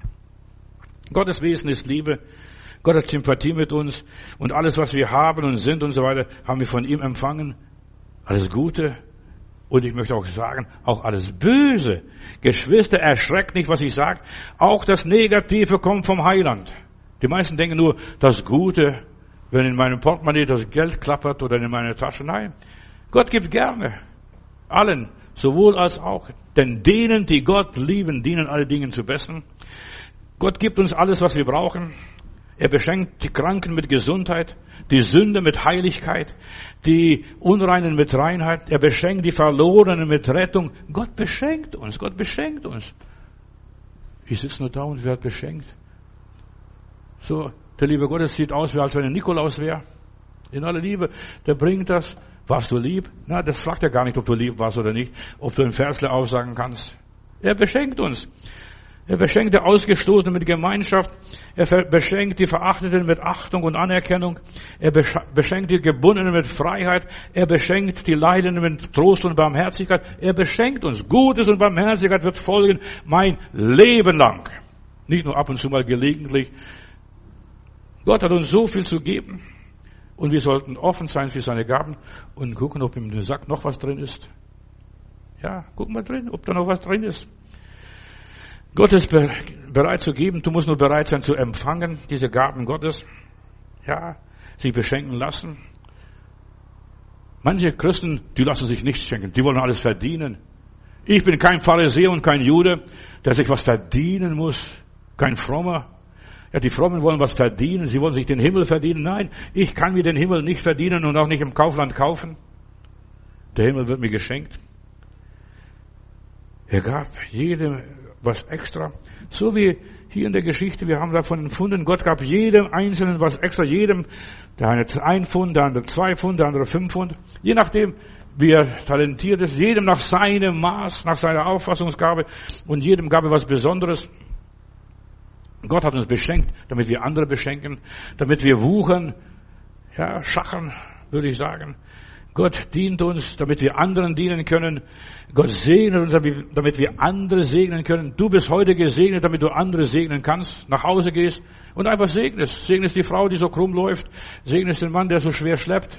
Gottes Wesen ist Liebe. Gott hat Sympathie mit uns und alles, was wir haben und sind und so weiter, haben wir von ihm empfangen. Alles Gute und ich möchte auch sagen, auch alles Böse. Geschwister, erschreckt nicht, was ich sage. Auch das Negative kommt vom Heiland. Die meisten denken nur, das Gute, wenn in meinem Portemonnaie das Geld klappert oder in meiner Tasche. Nein, Gott gibt gerne. Allen, sowohl als auch. Denn denen, die Gott lieben, dienen alle Dinge zu Besten. Gott gibt uns alles, was wir brauchen. Er beschenkt die Kranken mit Gesundheit, die Sünder mit Heiligkeit, die Unreinen mit Reinheit. Er beschenkt die Verlorenen mit Rettung. Gott beschenkt uns, Gott beschenkt uns. Ich sitze nur da und werde beschenkt. So, der liebe Gott, es sieht aus, wie als wenn er Nikolaus wäre. In aller Liebe, der bringt das. Warst du lieb? Na, das fragt er gar nicht, ob du lieb warst oder nicht, ob du ein Versle aussagen kannst. Er beschenkt uns. Er beschenkt die Ausgestoßenen mit Gemeinschaft. Er beschenkt die Verachteten mit Achtung und Anerkennung. Er beschenkt die Gebundenen mit Freiheit. Er beschenkt die Leidenden mit Trost und Barmherzigkeit. Er beschenkt uns. Gutes und Barmherzigkeit wird folgen mein Leben lang. Nicht nur ab und zu mal gelegentlich. Gott hat uns so viel zu geben. Und wir sollten offen sein für seine Gaben und gucken, ob im Sack noch was drin ist. Ja, guck mal drin, ob da noch was drin ist. Gott ist bereit zu geben. Du musst nur bereit sein zu empfangen, diese Gaben Gottes. Ja, sich beschenken lassen. Manche Christen, die lassen sich nichts schenken. Die wollen alles verdienen. Ich bin kein Pharisäer und kein Jude, der sich was verdienen muss. Kein Frommer. Ja, die Frommen wollen was verdienen. Sie wollen sich den Himmel verdienen. Nein, ich kann mir den Himmel nicht verdienen und auch nicht im Kaufland kaufen. Der Himmel wird mir geschenkt. Er gab jedem was extra. So wie hier in der Geschichte, wir haben davon empfunden, Gott gab jedem Einzelnen was extra, jedem, der eine ein Pfund, der andere zwei Pfund, der andere fünf Pfund, je nachdem, wie er talentiert ist, jedem nach seinem Maß, nach seiner Auffassungsgabe und jedem gab er was Besonderes. Gott hat uns beschenkt, damit wir andere beschenken, damit wir wuchern, ja, schachern, würde ich sagen. Gott dient uns, damit wir anderen dienen können. Gott segnet uns, damit wir andere segnen können. Du bist heute gesegnet, damit du andere segnen kannst, nach Hause gehst und einfach segnest. Segnest die Frau, die so krumm läuft. Segnest den Mann, der so schwer schleppt.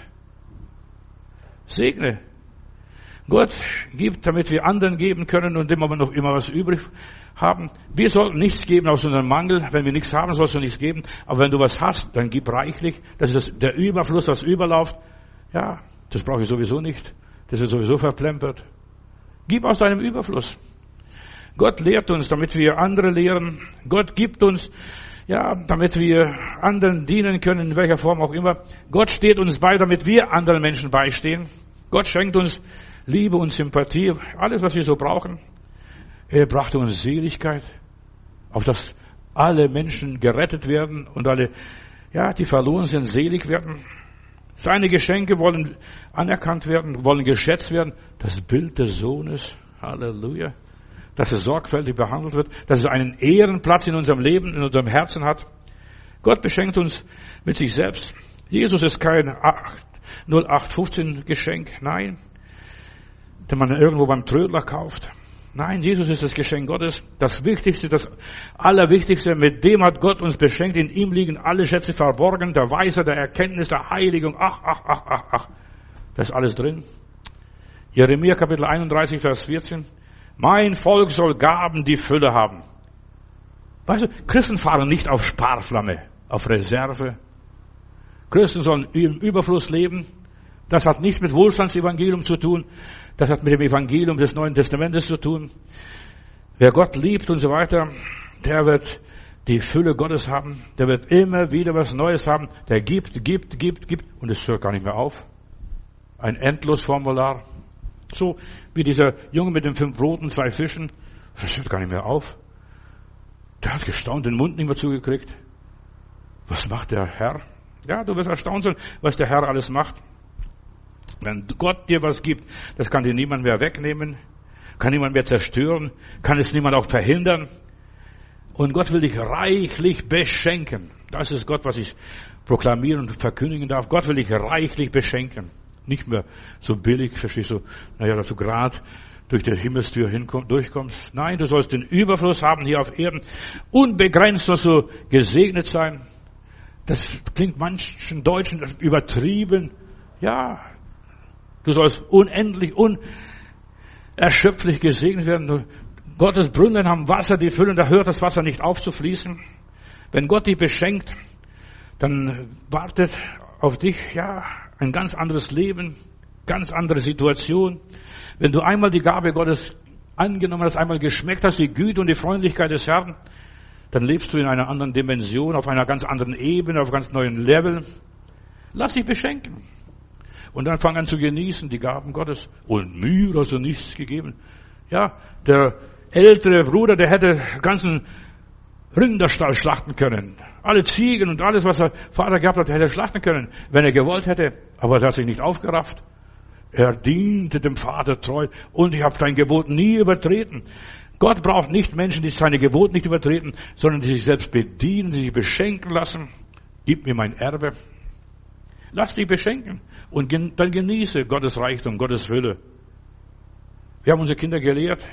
Segne. Gott gibt, damit wir anderen geben können und immer noch immer was übrig haben. Wir sollten nichts geben aus unserem Mangel. Wenn wir nichts haben, sollst du nichts geben. Aber wenn du was hast, dann gib reichlich. Das ist das, der Überfluss, das Überlauf. Ja, das brauche ich sowieso nicht. Das ist sowieso verplempert. Gib aus deinem Überfluss. Gott lehrt uns, damit wir andere lehren. Gott gibt uns, ja, damit wir anderen dienen können, in welcher Form auch immer. Gott steht uns bei, damit wir anderen Menschen beistehen. Gott schenkt uns Liebe und Sympathie, alles, was wir so brauchen. Er brachte uns Seligkeit, auf dass alle Menschen gerettet werden und alle, ja, die verloren sind, selig werden. Seine Geschenke wollen anerkannt werden, wollen geschätzt werden. Das Bild des Sohnes, Halleluja, dass es sorgfältig behandelt wird, dass es einen Ehrenplatz in unserem Leben, in unserem Herzen hat. Gott beschenkt uns mit sich selbst. Jesus ist kein null acht fünfzehn Geschenk, nein, den man irgendwo beim Trödler kauft. Nein, Jesus ist das Geschenk Gottes, das Wichtigste, das Allerwichtigste. Mit dem hat Gott uns beschenkt. In ihm liegen alle Schätze verborgen, der Weisheit, der Erkenntnis, der Heiligung. Ach, ach, ach, ach, ach. Da ist alles drin. Jeremia Kapitel einunddreißig, Vers vierzehn. Mein Volk soll Gaben, die Fülle haben. Weißt du, Christen fahren nicht auf Sparflamme, auf Reserve. Christen sollen im Überfluss leben. Das hat nichts mit Wohlstandsevangelium zu tun. Das hat mit dem Evangelium des Neuen Testamentes zu tun. Wer Gott liebt und so weiter, der wird die Fülle Gottes haben. Der wird immer wieder was Neues haben. Der gibt, gibt, gibt, gibt. Und es hört gar nicht mehr auf. Ein Endlosformular. So wie dieser Junge mit den fünf Broten, zwei Fischen. Das hört gar nicht mehr auf. Der hat gestaunt, den Mund nicht mehr zugekriegt. Was macht der Herr? Ja, du wirst erstaunt sein, was der Herr alles macht. Wenn Gott dir was gibt, das kann dir niemand mehr wegnehmen, kann niemand mehr zerstören, kann es niemand auch verhindern. Und Gott will dich reichlich beschenken. Das ist Gott, was ich proklamieren und verkündigen darf. Gott will dich reichlich beschenken. Nicht mehr so billig, verstehst du, naja, dass du gerade durch die Himmelstür hinkommst, durchkommst. Nein, du sollst den Überfluss haben hier auf Erden. Unbegrenzt sollst du gesegnet sein. Das klingt manchen Deutschen übertrieben. Ja, du sollst unendlich, unerschöpflich gesegnet werden. Gottes Brunnen haben Wasser, die füllen, da hört das Wasser nicht auf zu fließen. Wenn Gott dich beschenkt, dann wartet auf dich, ja, ein ganz anderes Leben, ganz andere Situation. Wenn du einmal die Gabe Gottes angenommen hast, einmal geschmeckt hast, die Güte und die Freundlichkeit des Herrn, dann lebst du in einer anderen Dimension, auf einer ganz anderen Ebene, auf einem ganz neuen Level. Lass dich beschenken. Und dann fang an zu genießen, die Gaben Gottes. Und mir hast du nichts gegeben. Ja, der ältere Bruder, der hätte den ganzen Rinderstall schlachten können. Alle Ziegen und alles, was der Vater gehabt hat, hätte er schlachten können, wenn er gewollt hätte. Aber er hat sich nicht aufgerafft. Er diente dem Vater treu. Und ich habe dein Gebot nie übertreten. Gott braucht nicht Menschen, die seine Gebote nicht übertreten, sondern die sich selbst bedienen, die sich beschenken lassen. Gib mir mein Erbe. Lass dich beschenken. Und dann genieße Gottes Reichtum, Gottes Fülle. Wir haben unsere Kinder gelehrt,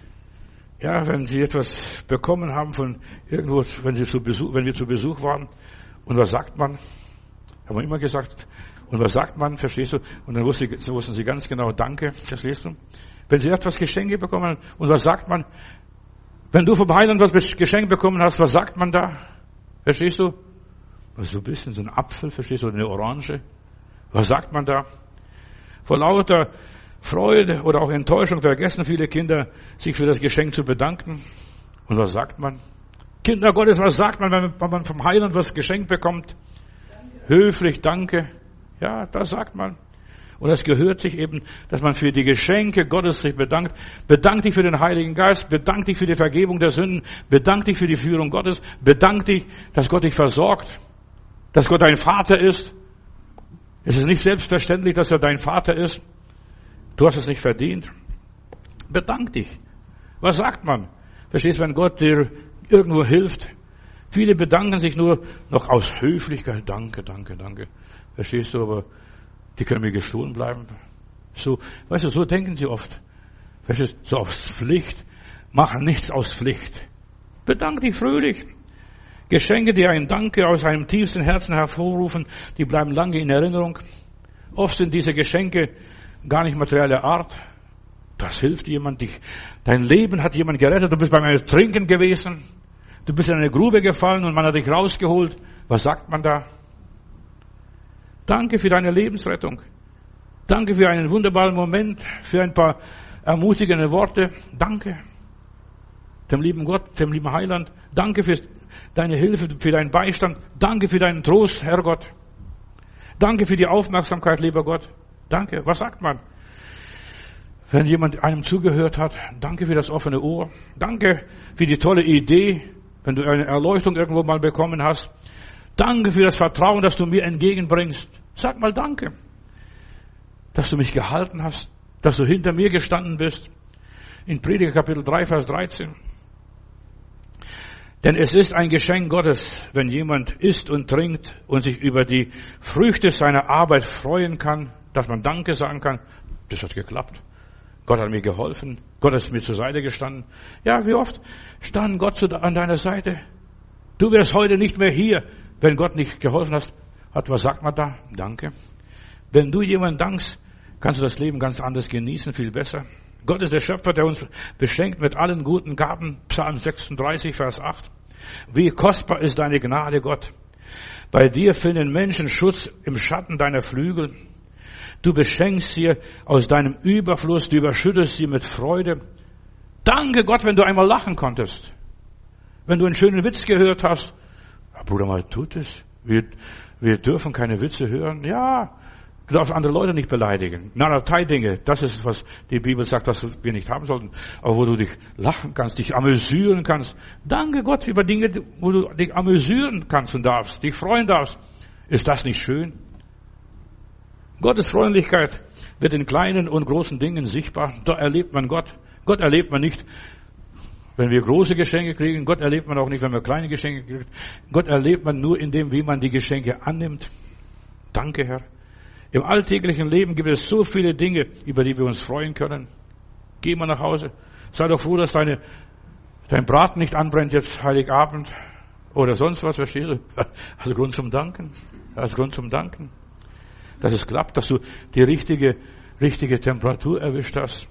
ja, wenn sie etwas bekommen haben von irgendwo, wenn sie zu Besuch, wenn wir zu Besuch waren. Und was sagt man? Haben wir immer gesagt. Und was sagt man? Verstehst du? Und dann wussten, wussten sie ganz genau, danke. Verstehst du? Wenn sie etwas Geschenke bekommen, und was sagt man? Wenn du vom Heiland was geschenkt bekommen hast, was sagt man da? Verstehst du? Was so ein bisschen, so ein Apfel, verstehst du? Eine Orange. Was sagt man da? Vor lauter Freude oder auch Enttäuschung vergessen viele Kinder, sich für das Geschenk zu bedanken. Und was sagt man? Kinder Gottes, was sagt man, wenn man vom Heiland was geschenkt bekommt? Danke. Höflich, danke. Ja, das sagt man. Und es gehört sich eben, dass man für die Geschenke Gottes sich bedankt. Bedank dich für den Heiligen Geist, bedank dich für die Vergebung der Sünden, bedank dich für die Führung Gottes, bedank dich, dass Gott dich versorgt, dass Gott dein Vater ist. Es ist nicht selbstverständlich, dass er dein Vater ist. Du hast es nicht verdient. Bedank dich. Was sagt man? Verstehst du, wenn Gott dir irgendwo hilft? Viele bedanken sich nur noch aus Höflichkeit. Danke, danke, danke. Verstehst du, aber die können mir gestohlen bleiben. So, weißt du, so denken sie oft. Verstehst du, so aus Pflicht. Machen nichts aus Pflicht. Bedank dich fröhlich. Geschenke, die ein Danke aus einem tiefsten Herzen hervorrufen, die bleiben lange in Erinnerung. Oft sind diese Geschenke gar nicht materieller Art. Das hilft jemand. Dich. Dein Leben hat jemand gerettet. Du bist beim Ertrinken gewesen. Du bist in eine Grube gefallen und man hat dich rausgeholt. Was sagt man da? Danke für deine Lebensrettung. Danke für einen wunderbaren Moment, für ein paar ermutigende Worte. Danke. Dem lieben Gott, dem lieben Heiland. Danke für deine Hilfe, für deinen Beistand. Danke für deinen Trost, Herr Gott. Danke für die Aufmerksamkeit, lieber Gott. Danke. Was sagt man? Wenn jemand einem zugehört hat, danke für das offene Ohr. Danke für die tolle Idee, wenn du eine Erleuchtung irgendwo mal bekommen hast. Danke für das Vertrauen, das du mir entgegenbringst. Sag mal danke, dass du mich gehalten hast, dass du hinter mir gestanden bist. In Prediger Kapitel drei, Vers dreizehn. Denn es ist ein Geschenk Gottes, wenn jemand isst und trinkt und sich über die Früchte seiner Arbeit freuen kann, dass man Danke sagen kann. Das hat geklappt. Gott hat mir geholfen. Gott ist mir zur Seite gestanden. Ja, wie oft stand Gott an deiner Seite? Du wärst heute nicht mehr hier, wenn Gott nicht geholfen hat. Hat, was sagt man da? Danke. Wenn du jemandem dankst, kannst du das Leben ganz anders genießen, viel besser. Gott ist der Schöpfer, der uns beschenkt mit allen guten Gaben. Psalm sechsunddreißig, Vers acht. Wie kostbar ist deine Gnade, Gott. Bei dir finden Menschen Schutz im Schatten deiner Flügel. Du beschenkst sie aus deinem Überfluss, du überschüttest sie mit Freude. Danke Gott, wenn du einmal lachen konntest. Wenn du einen schönen Witz gehört hast. Ja, Bruder, mal tut es. Wir, wir dürfen keine Witze hören. Ja, du darfst andere Leute nicht beleidigen. Narratei-Dinge, das ist, was die Bibel sagt, dass wir nicht haben sollten. Aber wo du dich lachen kannst, dich amüsieren kannst. Danke Gott über Dinge, wo du dich amüsieren kannst und darfst, dich freuen darfst. Ist das nicht schön? Gottes Freundlichkeit wird in kleinen und großen Dingen sichtbar. Da erlebt man Gott. Gott erlebt man nicht, wenn wir große Geschenke kriegen. Gott erlebt man auch nicht, wenn wir kleine Geschenke kriegen. Gott erlebt man nur in dem, wie man die Geschenke annimmt. Danke, Herr. Im alltäglichen Leben gibt es so viele Dinge, über die wir uns freuen können. Geh mal nach Hause. Sei doch froh, dass deine, dein Braten nicht anbrennt jetzt Heiligabend oder sonst was, verstehst du? Also Grund zum Danken. Also Grund zum Danken. Dass es klappt, dass du die richtige, richtige Temperatur erwischt hast.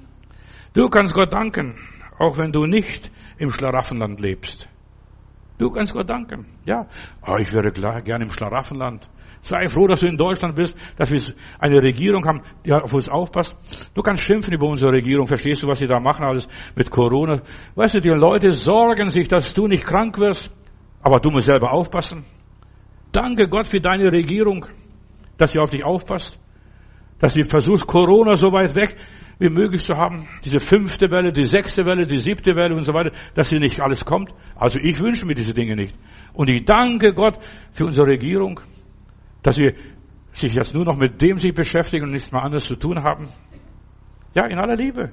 Du kannst Gott danken, auch wenn du nicht im Schlaraffenland lebst. Du kannst Gott danken. Ja, oh, ich wäre klar, gerne im Schlaraffenland. Sei froh, dass du in Deutschland bist, dass wir eine Regierung haben, die auf uns aufpasst. Du kannst schimpfen über unsere Regierung. Verstehst du, was sie da machen, alles mit Corona? Weißt du, die Leute sorgen sich, dass du nicht krank wirst, aber du musst selber aufpassen. Danke Gott für deine Regierung, dass sie auf dich aufpasst, dass sie versucht, Corona so weit weg wie möglich zu haben. Diese fünfte Welle, die sechste Welle, die siebte Welle und so weiter, dass sie nicht alles kommt. Also ich wünsche mir diese Dinge nicht. Und ich danke Gott für unsere Regierung, dass wir sich jetzt nur noch mit dem sich beschäftigen und nichts mehr anderes zu tun haben. Ja, in aller Liebe.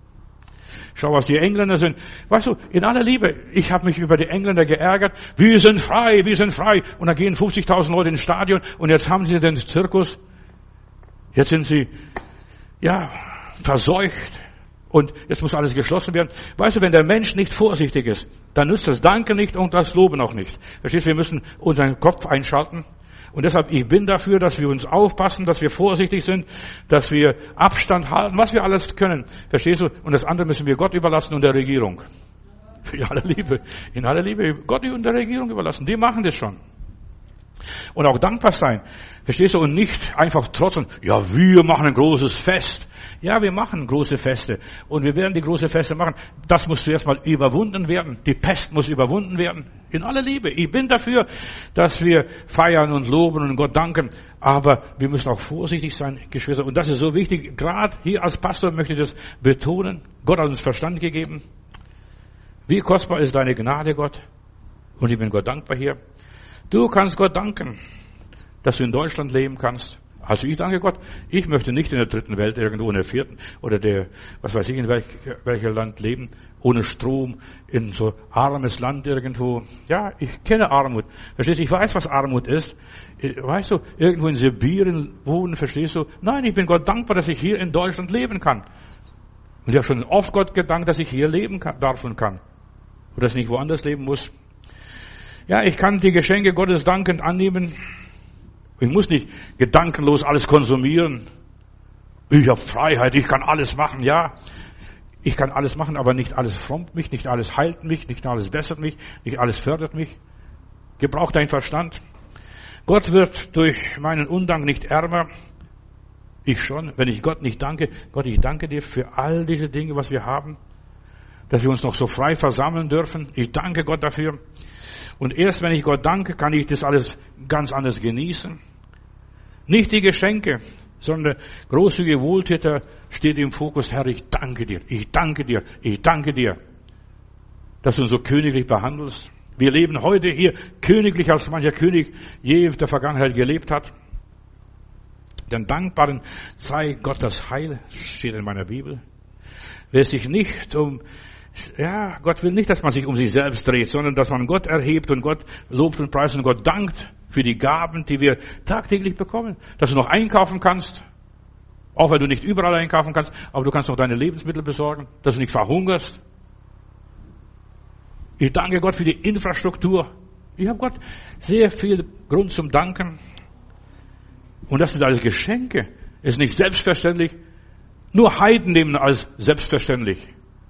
Schau, was die Engländer sind. Weißt du, in aller Liebe, ich habe mich über die Engländer geärgert. Wir sind frei, wir sind frei. Und da gehen fünfzigtausend Leute ins Stadion und jetzt haben sie den Zirkus. Jetzt sind sie, ja, verseucht. Und jetzt muss alles geschlossen werden. Weißt du, wenn der Mensch nicht vorsichtig ist, dann nützt das Danke nicht und das Loben auch nicht. Verstehst du, wir müssen unseren Kopf einschalten. Und deshalb, ich bin dafür, dass wir uns aufpassen, dass wir vorsichtig sind, dass wir Abstand halten, was wir alles können. Verstehst du? Und das andere müssen wir Gott überlassen und der Regierung. In aller Liebe. In aller Liebe. Gott und der Regierung überlassen. Die machen das schon. Und auch dankbar sein. Verstehst du? Und nicht einfach trotzen. Ja, wir machen ein großes Fest. Ja, wir machen große Feste. Und wir werden die große Feste machen. Das muss zuerst mal überwunden werden. Die Pest muss überwunden werden. In aller Liebe. Ich bin dafür, dass wir feiern und loben und Gott danken. Aber wir müssen auch vorsichtig sein, Geschwister. Und das ist so wichtig. Gerade hier als Pastor möchte ich das betonen. Gott hat uns Verstand gegeben. Wie kostbar ist deine Gnade, Gott. Und ich bin Gott dankbar hier. Du kannst Gott danken, dass du in Deutschland leben kannst. Also ich danke Gott. Ich möchte nicht in der dritten Welt irgendwo in der vierten oder der, was weiß ich, in welch, welcher Land leben, ohne Strom, in so armes Land irgendwo. Ja, ich kenne Armut. Verstehst du? Ich weiß, was Armut ist. Weißt du, irgendwo in Sibirien wohnen, verstehst du? Nein, ich bin Gott dankbar, dass ich hier in Deutschland leben kann. Und ich habe schon oft Gott gedankt, dass ich hier leben kann, darf und kann. Und dass ich nicht woanders leben muss. Ja, ich kann die Geschenke Gottes dankend annehmen. Ich muss nicht gedankenlos alles konsumieren. Ich habe Freiheit, ich kann alles machen, ja. Ich kann alles machen, aber nicht alles frommt mich, nicht alles heilt mich, nicht alles bessert mich, nicht alles fördert mich. Gebrauch deinen Verstand. Gott wird durch meinen Undank nicht ärmer. Ich schon, wenn ich Gott nicht danke. Gott, ich danke dir für all diese Dinge, was wir haben. Dass wir uns noch so frei versammeln dürfen. Ich danke Gott dafür. Und erst wenn ich Gott danke, kann ich das alles ganz anders genießen. Nicht die Geschenke, sondern großzügige Wohltäter steht im Fokus. Herr, ich danke dir, ich danke dir, ich danke dir, dass du uns so königlich behandelst. Wir leben heute hier königlich, als mancher König je in der Vergangenheit gelebt hat. Den Dankbaren sei Gott das Heil, steht in meiner Bibel. Wer sich nicht um Ja, Gott will nicht, dass man sich um sich selbst dreht, sondern dass man Gott erhebt und Gott lobt und preist und Gott dankt für die Gaben, die wir tagtäglich bekommen. Dass du noch einkaufen kannst, auch wenn du nicht überall einkaufen kannst, aber du kannst noch deine Lebensmittel besorgen, dass du nicht verhungerst. Ich danke Gott für die Infrastruktur. Ich habe Gott sehr viel Grund zum Danken. Und das sind alles Geschenke. Ist nicht selbstverständlich. Nur Heiden nehmen als selbstverständlich.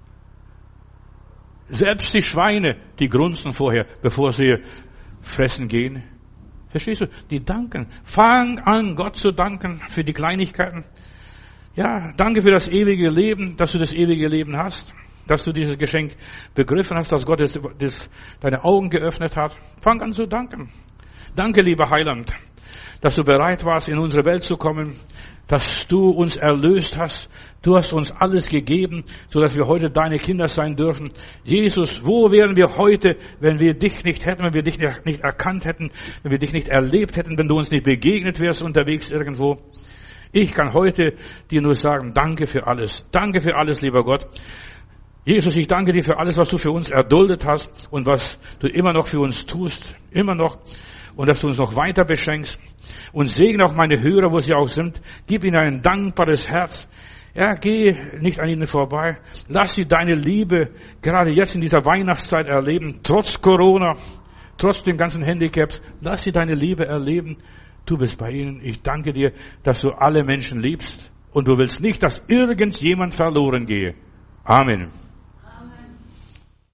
Selbst die Schweine, die grunzen vorher, bevor sie fressen gehen. Verstehst du? Die danken. Fang an, Gott zu danken für die Kleinigkeiten. Ja, danke für das ewige Leben, dass du das ewige Leben hast. Dass du dieses Geschenk begriffen hast, dass Gott das, das, deine Augen geöffnet hat. Fang an zu danken. Danke, lieber Heiland, dass du bereit warst, in unsere Welt zu kommen, dass du uns erlöst hast. Du hast uns alles gegeben, so dass wir heute deine Kinder sein dürfen. Jesus, wo wären wir heute, wenn wir dich nicht hätten, wenn wir dich nicht erkannt hätten, wenn wir dich nicht erlebt hätten, wenn du uns nicht begegnet wärst unterwegs irgendwo? Ich kann heute dir nur sagen, danke für alles. Danke für alles, lieber Gott. Jesus, ich danke dir für alles, was du für uns erduldet hast und was du immer noch für uns tust, immer noch, und dass du uns noch weiter beschenkst. Und segne auch meine Hörer, wo sie auch sind. Gib ihnen ein dankbares Herz. Ja, geh nicht an ihnen vorbei. Lass sie deine Liebe gerade jetzt in dieser Weihnachtszeit erleben, trotz Corona, trotz den ganzen Handicaps. Lass sie deine Liebe erleben. Du bist bei ihnen. Ich danke dir, dass du alle Menschen liebst und du willst nicht, dass irgendjemand verloren gehe. Amen.